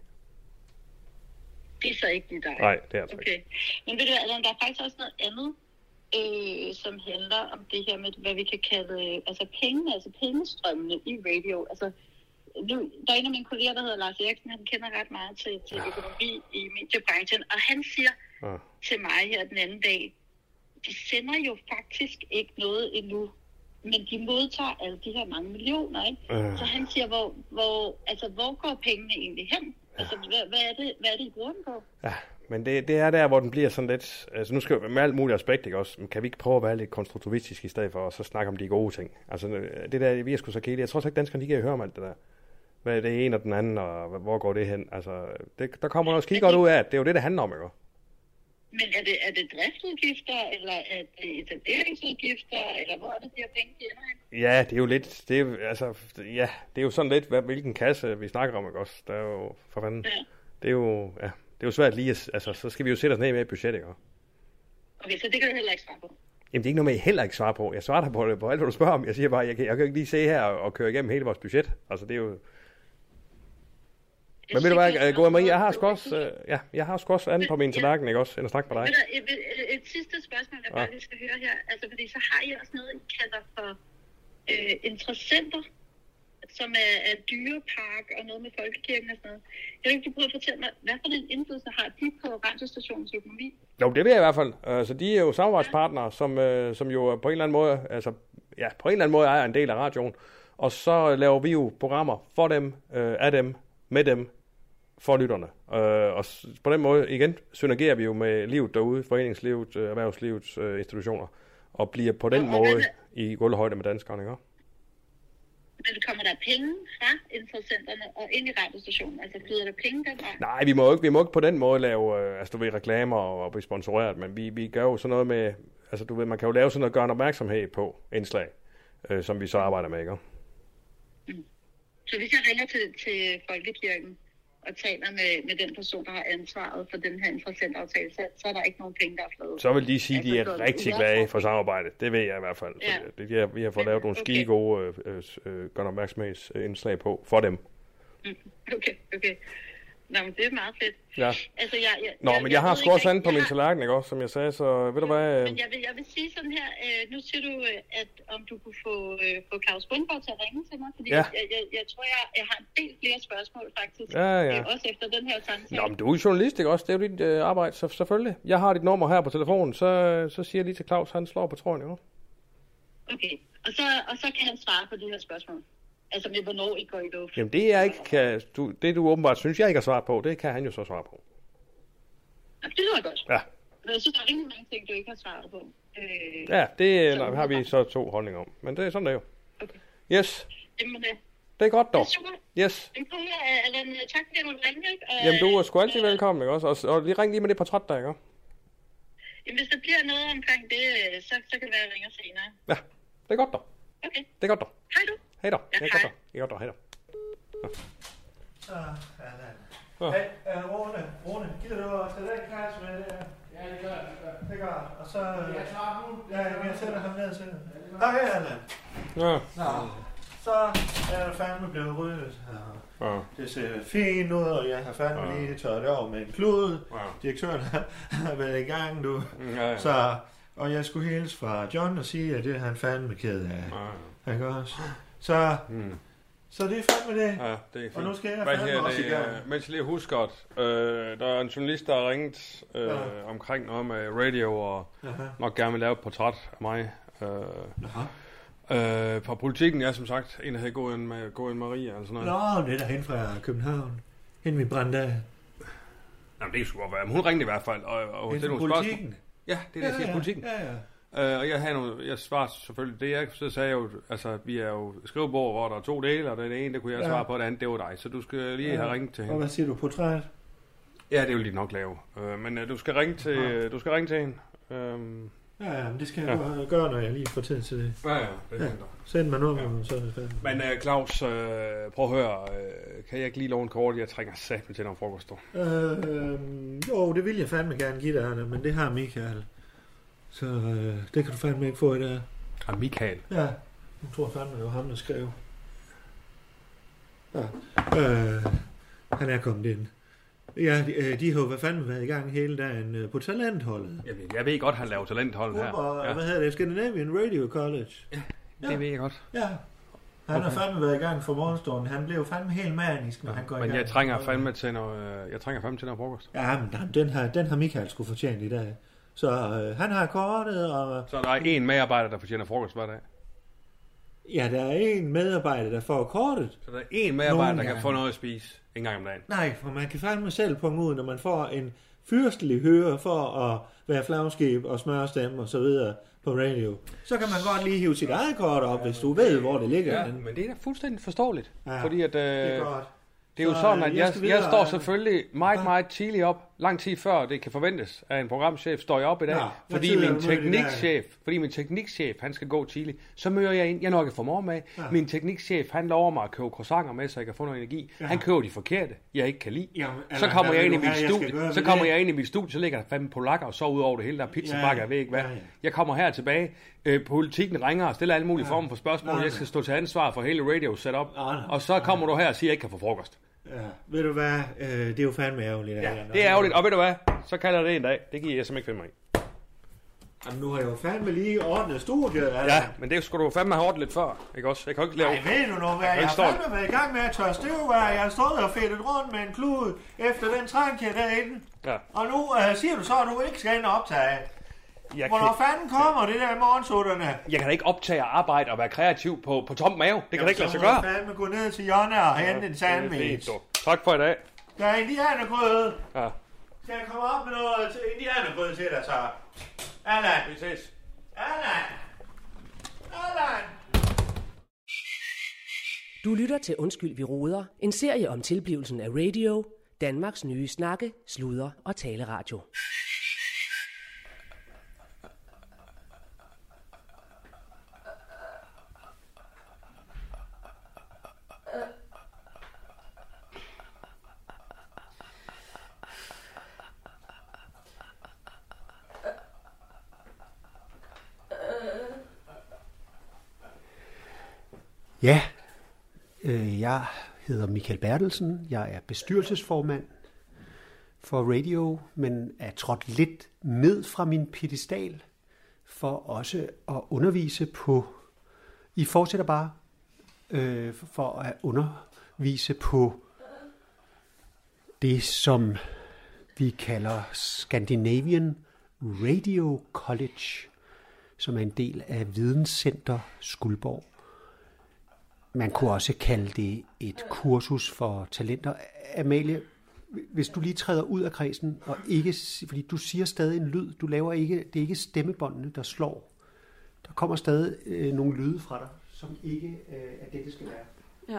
Det er så ikke lige dig? Nej, det er altså ikke. Men ved du, altså, der er faktisk også noget andet, som handler om det her med, hvad vi kan kalde pengestrømmene i radio. Altså, nu, der er en af mine kolleger, der hedder Lars Eriksen, han kender ret meget til økonomi i mediebranchen, og han siger til mig her den anden dag, de sender jo faktisk ikke noget endnu, men de modtager alle de her mange millioner, ikke? Så han siger, hvor går pengene egentlig hen? Altså, hvad er det, I bruger dem på? Ja, men det er der, hvor den bliver sådan lidt... Altså, nu skal vi med alt muligt aspekt, ikke også? Men kan vi ikke prøve at være lidt konstruktivistisk i stedet for, og så snakke om de gode ting? Altså, det der, vi er sgu så kedelige. Jeg tror så ikke, danskerne kan høre om alt det der. Hvad er det ene og den anden, og hvor går det hen? Altså, der kommer noget skide godt ud af, at det er jo det handler om, ikke? Men er det driftsudgifter, eller er det etableringsudgifter, eller hvor er det de her penge, de ender hen? Ja, det er jo lidt, det er jo sådan lidt, hvilken kasse vi snakker om, ikke også? Der er jo, for fanden, det er jo svært lige, altså, så skal vi jo sætte os ned med et budget, ikke? Okay, så det kan du heller ikke svare på? Jamen, det er ikke noget med, jeg heller ikke svarer på. Jeg svarer dig på alt, hvad du spørger om. Jeg siger bare, jeg kan ikke lige se her og køre igennem hele vores budget. Altså, det er jo... Men ved du hvad, Gode Marie, jeg har sgu også andet på min tallerken, ikke også, end at snakke med dig. Et sidste spørgsmål, jeg bare lige skal høre her. Altså, fordi så har I også noget, I kalder for interessenter, som er dyrepark og noget med folkekirken og sådan noget. Kan du ikke prøve at fortælle mig, hvad for en indflydelse har de på radiostationens økonomi? Jo, det vil jeg i hvert fald. Altså, de er jo samarbejdspartnere, som jo på en eller anden måde, på en eller anden måde ejer en del af radioen. Og så laver vi jo programmer for dem, af dem, med dem, for lytterne. Og på den måde, igen, synergerer vi jo med livet derude, foreningslivet, erhvervslivets institutioner, og bliver på den måde i gulvhøjde med danskerne, ikke? Men kommer der penge fra interessenterne og ind i radiostationen? Altså, flyder der penge den vej? Nej, vi må ikke på den måde lave reklamer og blive sponsoreret, men vi gør jo sådan noget med, altså du ved, man kan jo lave sådan noget, gøre en opmærksomhed på indslag, som vi så arbejder med, ikke? Så hvis jeg ringer til Folkekirken og taler med den person, der har ansvaret for den her interessentaftale, så er der ikke nogen penge, der er flået. Så vil de sige, at de er rigtig glade for samarbejdet. Det ved jeg i hvert fald. Ja. Vi har fået lavet nogle skide gode gør opmærksomhedsindslag på for dem. Okay. Nå, men det er meget fedt. Ja. Altså, men jeg har sgu også andet på min tallerken, ikke også, som jeg sagde, så ved du hvad... Men jeg vil sige sådan her, nu siger du, at om du kunne få Claus Bundgaard til at ringe til mig, fordi jeg tror, jeg har en del flere spørgsmål faktisk, også efter den her samtale. Nå, men du er journalist, ikke også? Det er jo dit arbejde, så selvfølgelig. Jeg har dit nummer her på telefonen, så siger jeg lige til Claus, han slår på tråden, ikke? Okay, og så kan han svare på de her spørgsmål. Altså med, hvornår I går i luft. Jamen det er ikke, det du åbenbart synes, jeg ikke har svaret på, det kan han jo så svare på. Ja, det lyder godt. Ja. Jeg synes, der er rigtig mange ting, du ikke har svaret på. Ja, det har vi så 2 holdninger om. Men det er sådan, det er jo. Okay. Yes. Jamen, det er godt dog. Det er super. Yes. Allan, tak fordi jeg måtte ringe, ikke? Jamen du er sgu altid velkommen, ikke også? Og lige ring lige med det portræt der, ikke? Jamen hvis der bliver noget omkring det, så kan det være, at jeg ringer senere. Ja, det er godt dog. Okay. Det er godt dog. Hej du. Hej dog. Ja, hej. Det er godt dog. Hej dog. Rune, gider du at tage den kasse med det her? Ja, det gør jeg. Det gør. Og så... Jeg tager nu. Jeg sætter ham ned til. Hej, Allan. Ja. Nå, så er der fandme blevet ryddet. Ja. Det ser fint ud, og jeg har fandme lige tørret det over med en klud. Direktøren har været i gang, du. Ja. Så, og jeg skulle hilse fra John og sige, at det har han fandme ked af. Han gør også. Så det er fandme det. Ja, det er fint. Og nu skal jeg fandme også i gang. Mens jeg lige husker, der er en journalist, der har ringet omkring noget med radio, og nok gerne vil lave et portræt af mig. På Politikken, jeg som sagt en, der havde gået ind med Maria eller sådan noget. Nå, det er der hen fra København. Hen ved Branda. Jamen, det skulle godt være. Men hun ringte i hvert fald. Og det er nogle Politikken? Ja, det er det, jeg siger, Politikken. Ja. Og jeg svarede selvfølgelig det, så sagde jeg jo, altså vi er jo skrivebord, hvor der er 2 dele, og det ene, det kunne jeg svare på, det andet, det var dig. Så du skal lige have ringet til hende. Og hvad siger du, portræt? Ja, det vil de nok lave. Men du skal ringe til hende. Ja, men det skal jeg gøre, når jeg lige får tid til det. Ja, det er send mig nummer, så er det færdigt. Men Claus, prøv at høre, kan jeg ikke lige love en kort? Jeg trænger satme til nogle frokost. Jo, det vil jeg fandme gerne give dig, men det har Michael. Så det kan du fandme ikke få i dag. Ah, Michael? Ja, jeg tror fandme, det var ham, der skrev. Ja. Han er kommet ind. Ja, de har jo fandme været i gang hele dagen på talentholdet. Jeg ved godt, han laver talentholdet her. Og hvad hedder det? Scandinavian Radio College. Ja, det ved jeg godt. Ja. Han har fandme været i gang for morgenstunden. Han blev fandme helt manisk, når han går i gang. Men jeg trænger fandme til noget frokost. Ja, men den har Michael sgu fortjent i dag. Så han har kortet, og... Så der er en medarbejder, der fortjener frokost hver dag? Ja, der er en medarbejder, der får kortet. Så der er en medarbejder, der kan få noget at spise en gang om dagen? Nej, for man kan fandme selv punge ud, når man får en fyrstelig høre for at være flagskib og smørstemme og så videre på radio. Så kan man godt lige hive sit eget kort op, hvis du ved, hvor det ligger. Ja, men det er da fuldstændig forståeligt. Ja, fordi at... det er godt. Det er jo sådan, at jeg står selvfølgelig meget tidligt op, lang tid før det kan forventes, at en programchef står jeg op i dag, fordi min teknikchef, han skal gå tidligt. Så møder jeg ind, jeg nok ikke får morgen med. Ja. Min teknikchef, han lover mig at købe croissanter med, så jeg kan få noget energi. Ja. Han køber de forkerte, jeg ikke kan lide. Jamen, så kommer jeg ind i mit studie, så ligger der 5 polakker, og så ud over det hele, der er pizzabakker, jeg ved ikke hvad. Ja. Jeg kommer her tilbage, Politikken ringer og stiller alle mulige former for spørgsmål, jeg skal stå til ansvar for hele radio setup, og så kommer du her og siger, at jeg ikke kan få frokost. Ja, ved du hvad? Det er jo fandme ærgerligt. Ja, det er ærgerligt, og ved du hvad? Så kalder jeg det en dag. Det giver jeg simpelthen ikke finde mig i. Jamen, nu har jeg jo fandme lige ordnet studiet. Altså. Ja, men det skulle du fandme have ordnet lidt før, ikke også? Jeg kan ikke lave... Ej, ved du nu hvad? Jeg har fandme været i gang med at tørre støv af. Jeg har stået og fedtet rundt med en klud efter den trænke derinde. Ja. Og nu siger du så, at du ikke skal ind og optage. Hvornår fanden kommer det der morgensutterne? Jeg kan da ikke optage og arbejde og være kreativ på tom mave. Det kan da ikke lade sig gøre. Så må du fandme gå ned til Jonna og hente en sandwich. Tak for i dag. Der er indianergrød. Ja. Skal jeg komme op med noget til indianergrød til dig så? Allan. Vi ses. Allan. Allan. Du lytter til Undskyld, vi roder. En serie om tilblivelsen af radio. Danmarks nye snakke, sludre og taleradio. Ja, jeg hedder Michael Bertelsen. Jeg er bestyrelsesformand for radio, men er trådt lidt ned fra min pedestal for også at undervise på... I fortsætter bare for at undervise på det, som vi kalder Scandinavian Radio College, som er en del af Videnscenter Skuldborg. Man kunne også kalde det et kursus for talenter. Amalie, hvis du lige træder ud af kredsen, og ikke, fordi du siger stadig en lyd, du laver ikke, det er ikke stemmebåndene, der slår. Der kommer stadig nogle lyde fra dig, som ikke er det, det skal være.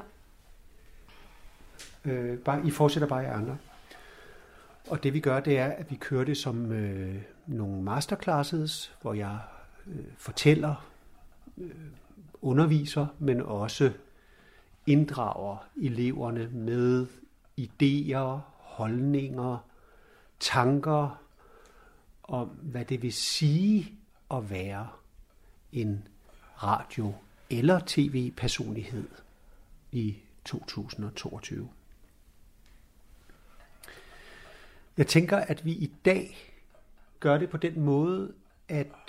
Ja. I fortsætter bare jer andre. Og det vi gør, det er, at vi kører det som nogle masterclasses, hvor jeg fortæller, underviser, men også inddrager eleverne med idéer, holdninger, tanker om, hvad det vil sige at være en radio- eller tv-personlighed i 2022. Jeg tænker, at vi i dag gør det på den måde, at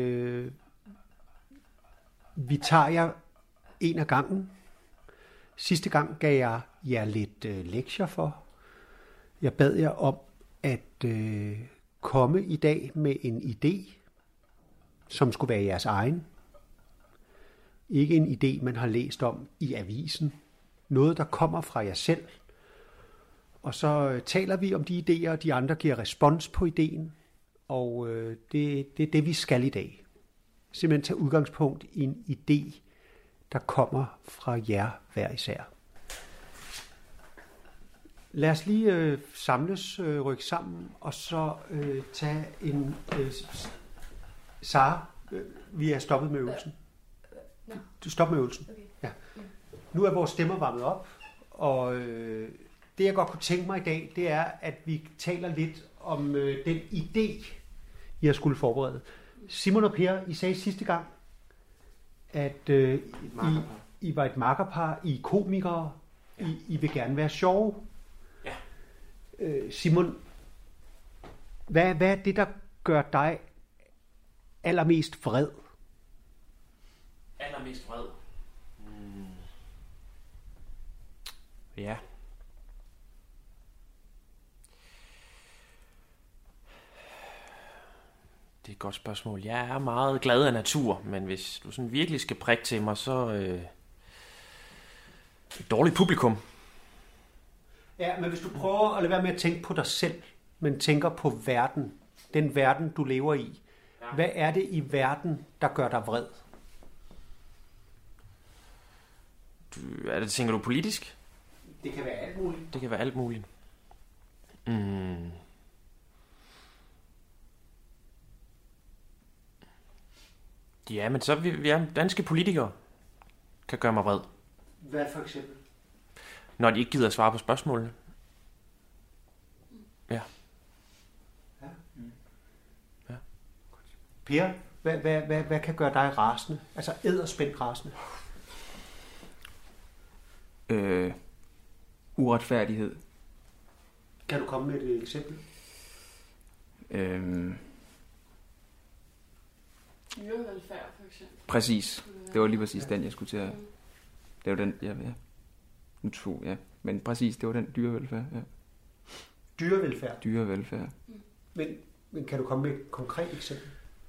vi tager jer en af gangen. Sidste gang gav jeg jer lidt lektier for. Jeg bad jer om at komme i dag med en idé, som skulle være jeres egen. Ikke en idé, man har læst om i avisen. Noget, der kommer fra jer selv. Og så taler vi om de idéer, og de andre giver respons på ideen. Og det er det, vi skal i dag. Simpelthen tage udgangspunkt i en idé, der kommer fra jer hver især. Lad os lige samles, rykke sammen, og så tage en... Sara, vi er stoppet med øvelsen. Du stopper med øvelsen. Ja. Nu er vores stemmer varmet op, og det jeg godt kunne tænke mig i dag, det er, at vi taler lidt om den idé, I har skulle forberede. Simon og Per, I sagde sidste gang, at I var et makkerpar, I er komikere, ja. I vil gerne være sjove. Ja. Simon, hvad er det, der gør dig allermest vred? Allermest vred? Ja. Det er et godt spørgsmål. Jeg er meget glad af natur, men hvis du sådan virkelig skal prikke til mig, så et dårligt publikum. Ja, men hvis du prøver at lade være med at tænke på dig selv, men tænker på verden, den verden, du lever i. Ja. Hvad er det i verden, der gør dig vred? Tænker du politisk? Det kan være alt muligt. Det kan være alt muligt. Ja, men så vi er danske politikere kan gøre mig vred. Hvad for eksempel? Når de ikke gider at svare på spørgsmålene. Ja. Ja. Ja. Per, hvad kan gøre dig rasende? Altså edderspændt rasende? uretfærdighed. Kan du komme med et eksempel? Dyrevelfærd, for eksempel. Præcis. Det var lige præcis den, jeg skulle til at... Det var den, ja. Nu tog, ja. Men præcis, det var den dyrevelfærd, ja. Dyrevelfærd? Dyrevelfærd. Men kan du komme med et konkret eksempel?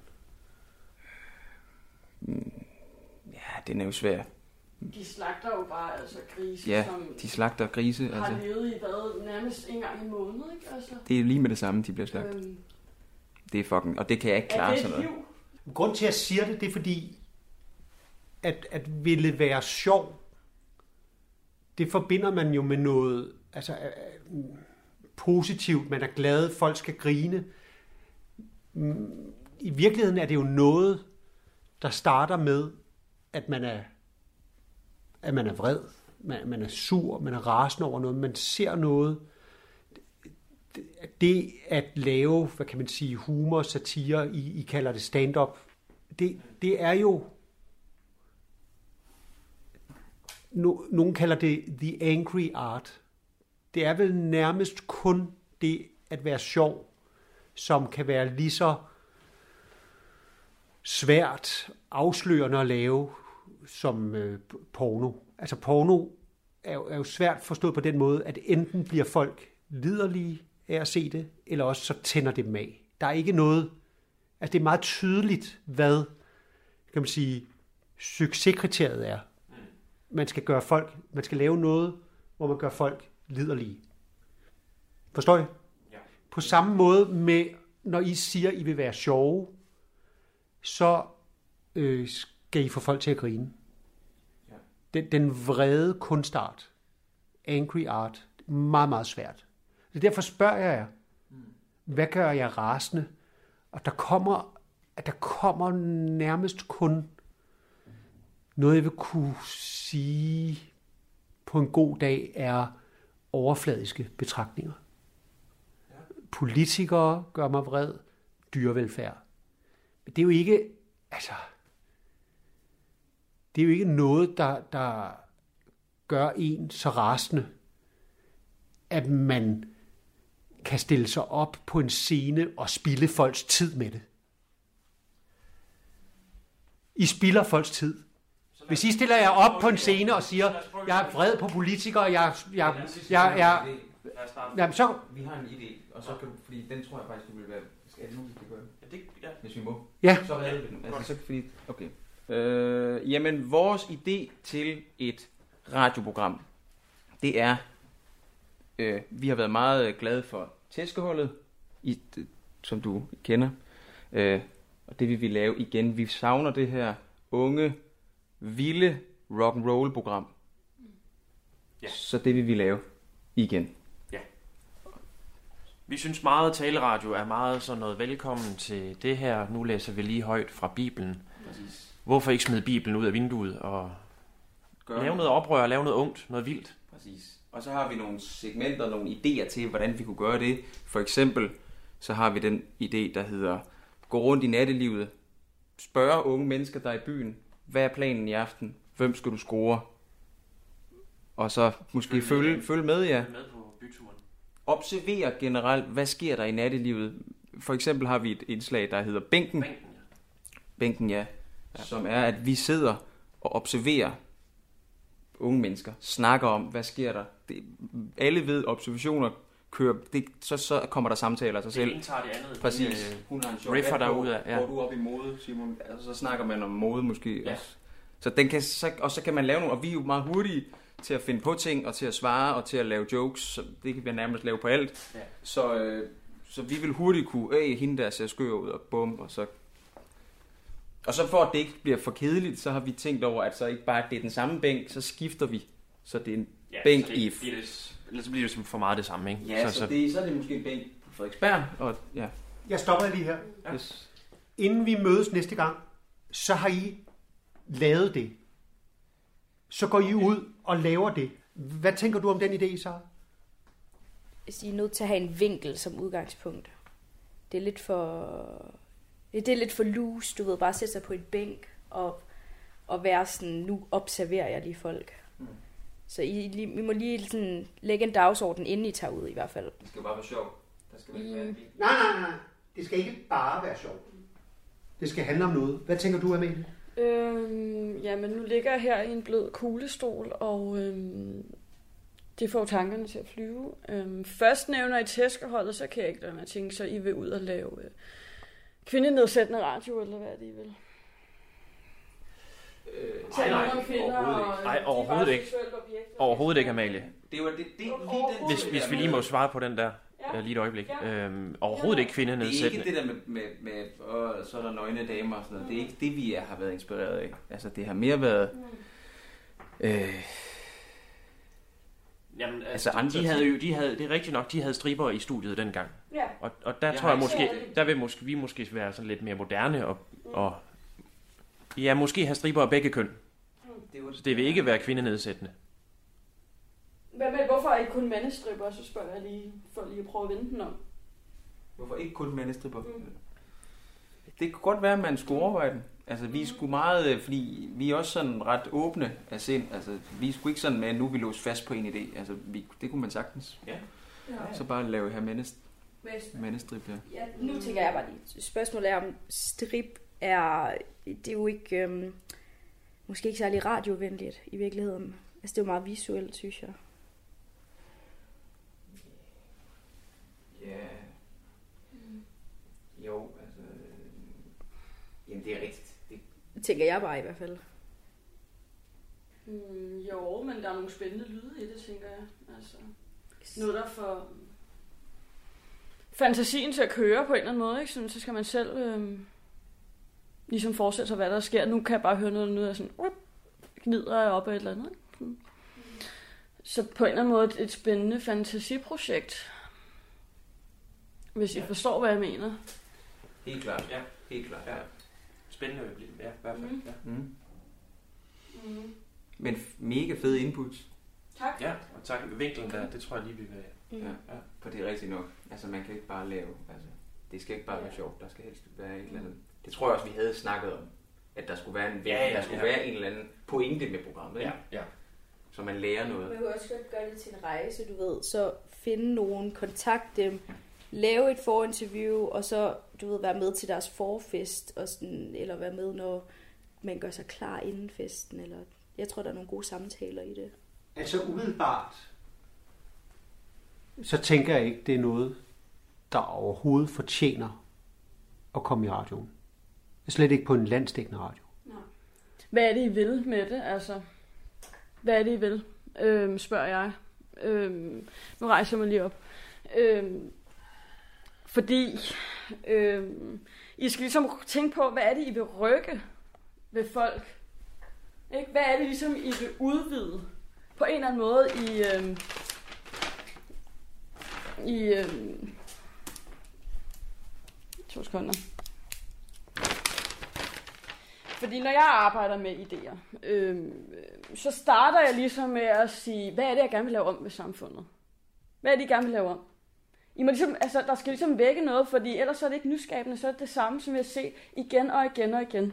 Ja, den er jo svær. De slagter jo bare altså grise, Ja, som de slagter grise. har levet i nærmest en gang i måneden, ikke? Altså. Det er lige med det samme, de bliver slagtet. Det er fucking... Og det kan jeg ikke klare sådan noget. Grunden til, at jeg siger det, det er fordi, at ville være sjov, det forbinder man jo med noget altså, positivt. Man er glad, folk skal grine. I virkeligheden er det jo noget, der starter med, at man er vred, man er sur, man er rasende over noget, man ser noget. Det at lave, hvad kan man sige, humor, satire, I kalder det stand-up, det er jo, nogen kalder det the angry art. Det er vel nærmest kun det at være sjov, som kan være lige så svært afslørende at lave som porno. Altså porno er jo svært forstået på den måde, at enten bliver folk liderlige af at se det, eller også så tænder det dem af. Der er ikke noget, altså det er meget tydeligt, hvad, kan man sige, succeskriteriet er. Man skal lave noget, hvor man gør folk liderlige. Forstår I? Ja. På samme måde med, når I siger, I vil være sjove, så skal I få folk til at grine. Ja. Den vrede kunstart, angry art, meget, meget svært. Så derfor spørger jeg jer, hvad gør jeg rasende? Og der kommer nærmest kun noget, jeg vil kunne sige på en god dag, er overfladiske betragtninger. Ja. Politikere gør mig vred, dyrevelfærd. Men det er jo ikke, altså, det er jo ikke noget, der gør en så rasende, at man kan stille sig op på en scene og spilde folks tid med det. I spilder folks tid. Hvis I stiller jer op på en scene og siger, jeg er vred på politikere, jamen så... Vi har en idé, og så kan du, fordi den tror jeg faktisk, du vil være... Er det nu, vi skal gøre? Ja, hvis vi må. Ja. Så redder vi den. Altså, så, fordi, okay. Jamen, vores idé til et radioprogram, det er... vi har været meget glade for tæskehullet, som du kender. Og det vil vi lave igen. Vi savner det her unge, vilde rock'n'roll program. Ja. Så det vil vi lave igen. Ja. Vi synes meget, at taleradio er meget sådan noget velkommen til det her. Nu læser vi lige højt fra Bibelen. Præcis. Hvorfor ikke smide Bibelen ud af vinduet og lave noget oprør, lave noget ungt, noget vildt? Præcis. Og så har vi nogle segmenter, nogle idéer til, hvordan vi kunne gøre det. For eksempel, så har vi den idé, der hedder, gå rundt i nattelivet, spørge unge mennesker, der er i byen, hvad er planen i aften, hvem skal du score, og så måske følge med, ja. Med på byturen. Observere generelt, hvad sker der i nattelivet. For eksempel har vi et indslag, der hedder Bænken. Bænken, ja. Som er, at vi sidder og observerer unge mennesker, snakker om, hvad sker der. Alle ved, observationer kører, så kommer der samtaler af sig selv. Det tager det andet. Præcis. Hun har en sjov riffer derude. Ja. Går du op i mode, Simon? Altså, så snakker man om mode måske. Ja. Så den kan, så kan man lave nogle, og vi er jo meget hurtige til at finde på ting, og til at svare, og til at lave jokes. Så det kan vi nærmest lave på alt. Ja. Så vi vil hurtigt kunne, hende der ser skør ud, og bum, og så... Og så for at det ikke bliver for kedeligt, så har vi tænkt over, at så ikke bare det er den samme bænk, så skifter vi. Så det er en bænk i... Ellers så bliver det for meget det samme, ikke? Ja, så er det måske en bænk på Frederiksberg, og ja. Jeg stopper lige her. Ja. Yes. Inden vi mødes næste gang, så har I lavet det. Så går I ud og laver det. Hvad tænker du om den idé, Sara? I er nødt til at have en vinkel som udgangspunkt. Det er lidt for loose, du ved, bare sætte sig på et bænk og være sådan, nu observerer jeg de folk. Så I må lige sådan lægge en dagsorden, inden I tager ud i hvert fald. Det skal bare være sjovt. Der skal være Nej. Det skal ikke bare være sjovt. Det skal handle om noget. Hvad tænker du, Amalie? Jamen, nu ligger jeg her i en blød kuglestol, og det får tankerne til at flyve. Først nævner I tæskeholdet, så kan jeg ikke lade mig tænke, så I vil ud og lave kvindenedsættende radio, eller hvad er det, I vil? Nej, overhovedet ikke. Overhovedet ikke, Amalie. Det var det Hvis vi lige må svare på den der lige et øjeblik. Overhovedet ikke kvindenedsættende. Det er ikke det der med så er der nøgne damer og sådan noget. Det er ikke det, vi har været inspireret af. Altså, det har mere været... Jamen, altså, de havde, det er rigtigt nok, de havde striber i studiet dengang. Ja. Og der tror jeg måske, vi måske være sådan lidt mere moderne og ja, måske have striber af begge køn. Så det vil ikke være kvindenedsættende. Hvorfor er I kun mandestripper? Så spørger jeg lige, for lige at prøve at vende den om. Hvorfor ikke kun mandestripper? Det kunne godt være, at man skulle overveje den. Altså, vi er sgu meget, fordi vi er også sådan ret åbne af sind. Altså, vi er sgu ikke sådan med, at nu vi låser fast på en idé. Altså, det kunne man sagtens. Ja. Så bare lave her mandestrip, ja. Ja, nu tænker jeg bare lige. Spørgsmålet er, om strip det er jo ikke, måske ikke særlig radiovenligt i virkeligheden. Altså, det er jo meget visuelt, synes jeg. Ja. Jo, altså... Jamen, det er rigtigt. Det tænker jeg bare i hvert fald. Jo, men der er nogle spændende lyde i det, tænker jeg. Altså, noget der får fantasien til at køre på en eller anden måde, ikke? Så skal man selv ligesom forestille sig, hvad der sker. Nu kan jeg bare høre noget af sådan, gnider jeg op af et eller andet. Ikke? Så på en eller anden måde et spændende fantasiprojekt. Hvis I forstår, hvad jeg mener. Helt klart. Ja, helt klart. Ja. Spændende øjeblik, ja, i hvert fald. Men mega fed input. Tak. Ja, og tak. Vinklen der, det tror jeg lige, vi vil have. Ja, for det er rigtigt nok. Altså, man kan ikke bare lave... Altså, det skal ikke bare være sjovt. Der skal helst være et eller andet... Det tror jeg også, vi havde snakket om. At der skulle være en der skulle være en eller anden pointe med programmet. Ikke? Ja. Så man lærer noget. Man kan også godt gøre det til en rejse, du ved. Så finde nogen, kontakte dem, lave et forinterview, og så, du ved, være med til deres forfest, og sådan, eller være med, når man gør sig klar inden festen. Eller, jeg tror, der er nogle gode samtaler i det. Altså umiddelbart, så tænker jeg ikke, det er noget, der overhovedet fortjener at komme i radioen. Slet ikke på en landsdækkende radio. Nej. Hvad er det, I vil med det? Altså, hvad er det, I vil? Spørger jeg. Nu rejser jeg mig lige op. Fordi I skal ligesom tænke på, hvad er det, I vil rykke ved folk? Ikke? Hvad er det, ligesom, I vil udvide på en eller anden måde i 2 sekunder. Fordi når jeg arbejder med idéer, så starter jeg ligesom med at sige, hvad er det, jeg gerne vil lave om ved samfundet? Hvad er det, I gerne vil lave om? I må ligesom, altså, der skal ligesom vække noget, fordi ellers er det ikke nyskabende, så er det det samme, som jeg ser igen og igen og igen.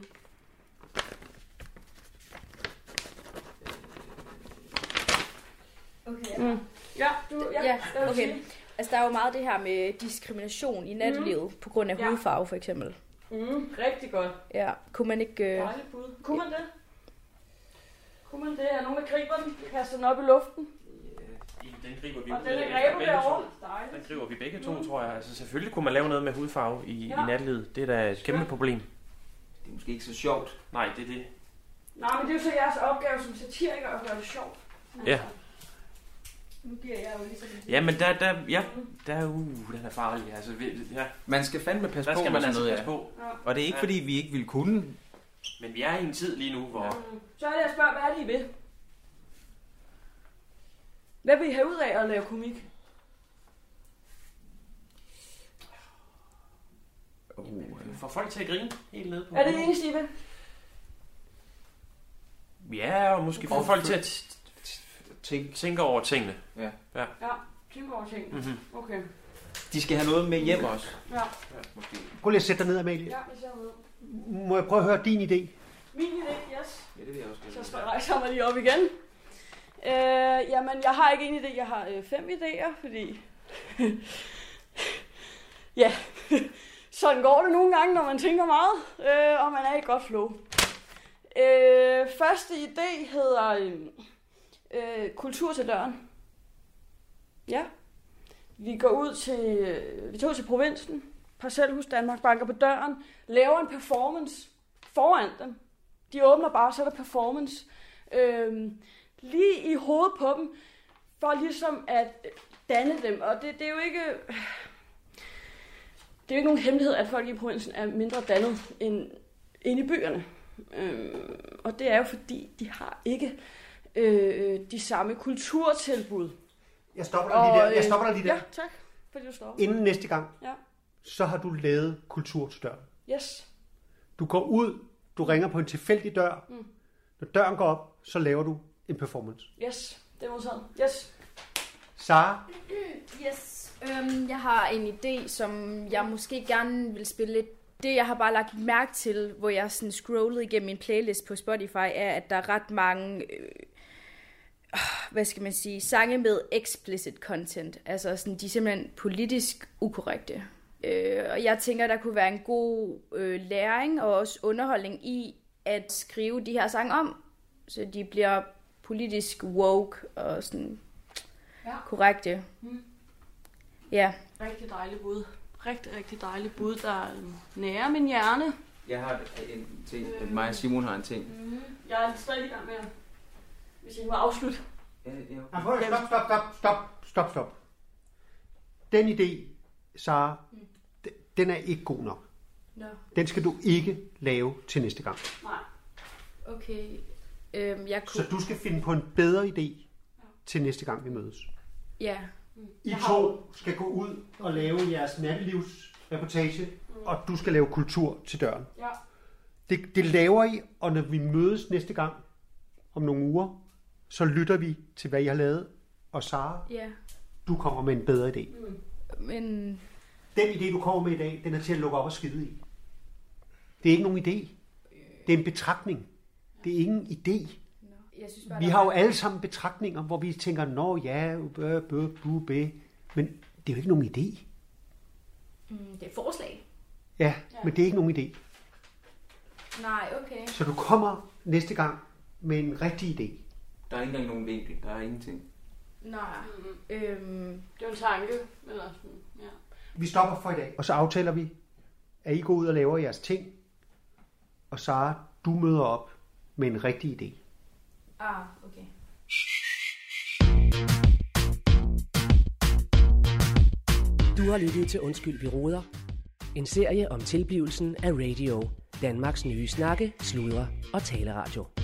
Okay. Ja, okay. Altså, der er jo meget det her med diskrimination i nattelivet på grund af hudfarve, for eksempel. Rigtig godt. Ja, kunne man ikke... Dejligt bud. Kunne man det? Kunne man det? Er nogen, der griber den? Kaster den op i luften? Den griber vi og den er grebet derovre. Den griber vi begge to, tror jeg. Altså, selvfølgelig kunne man lave noget med hudfarve i nattelivet. Det er da et kæmpe problem. Det er måske ikke så sjovt. Nej, det er det. Nej, men det er jo så jeres opgave som satiriker at gøre det sjovt. Ja. Nu bliver jeg jo ligesom... Ja, men der er den er farlig. Altså, ja. Man skal fandme passe på. Der skal man altså passe på. Ja. Og det er ikke, fordi vi ikke vil kunne. Men vi er i en tid lige nu, hvor... Så er det, jeg spørger, hvad er det, I vil? Hvad vil I have ud af at lave komik? Får folk til at grine helt nede på... Er det eneste, I vil? Ja, og måske få folk til at tænke over tingene. Ja, tænke over tingene. Mm-hmm. Okay. De skal have noget med hjem også. Ja. Måske. Prøv lige at sætte dig ned, Amalie. Ja, vi ser ned. Må jeg prøve at høre din idé? Min idé, yes. Ja, det vil jeg også gerne. Så rejser jeg mig lige op igen. Jamen, jeg har ikke en idé. Jeg har 5 idéer, fordi... ja, sådan går det nogle gange, når man tænker meget, og man er i et godt flow. Første idé hedder kultur til døren. Ja. Vi tager ud til provinsen, Parcelhus Danmark, banker på døren, laver en performance foran dem. De åbner bare, så er der performance lige i hovedet på dem, for ligesom at danne dem. Og det er jo ikke... Det er jo ikke nogen hemmelighed, at folk i provinsen er mindre dannet end inde i byerne. Og det er jo fordi, de har ikke de samme kulturtilbud. Jeg stopper dig lige der. Ja, tak. Fordi du står. Inden næste gang, ja. Så har du lavet kultur til døren. Yes. Du går ud, du ringer på en tilfældig dør. Når døren går op, så laver du en performance. Yes, det er modtaget. Yes. Sara? Yes. Jeg har en idé, som jeg måske gerne vil spille lidt. Det, jeg har bare lagt mærke til, hvor jeg sådan scrollede igennem min playlist på Spotify, er, at der er ret mange... hvad skal man sige, sange med explicit content. Altså sådan, de er simpelthen politisk ukorrekte. Og jeg tænker, der kunne være en god læring og også underholdning i at skrive de her sange om, så de bliver politisk woke og sådan korrekte. Ja. Rigtig dejligt bud. Rigtig dejligt bud, der nærer min hjerne. Jeg har en ting. Mig og Simon har en ting. Jeg er stadig i gang med, hvis jeg må afslutte. Stop. Den idé, Sara, den er ikke god nok. No. Den skal du ikke lave til næste gang. Nej. Okay. Så du skal finde på en bedre idé til næste gang, vi mødes. Ja. I to skal gå ud og lave jeres nattelivsreportage, og du skal lave kultur til døren. Ja. Det laver I, og når vi mødes næste gang om nogle uger, så lytter vi til, hvad I har lavet. Og Sara, du kommer med en bedre idé. Men... Den idé, du kommer med i dag, den er til at lukke op og skide i. Det er ikke nogen idé. Det er en betragtning. Det er ingen idé. Vi har jo alle sammen betragtninger, hvor vi tænker, nå ja, men det er jo ikke nogen idé. Det er forslag. Ja, men det er ikke nogen idé. Nej, okay. Så du kommer næste gang med en rigtig idé. Der er ikke engang nogen vinkel. Der er ingenting. Nej. Det er en tanke. Eller sådan, ja. Vi stopper for i dag, og så aftaler vi, at I går ud og laver jeres ting. Og Sara, du møder op med en rigtig idé. Okay. Du har lyttet til Undskyld, vi roder. En serie om tilblivelsen af radio. Danmarks nye snakke, sludre og taleradio.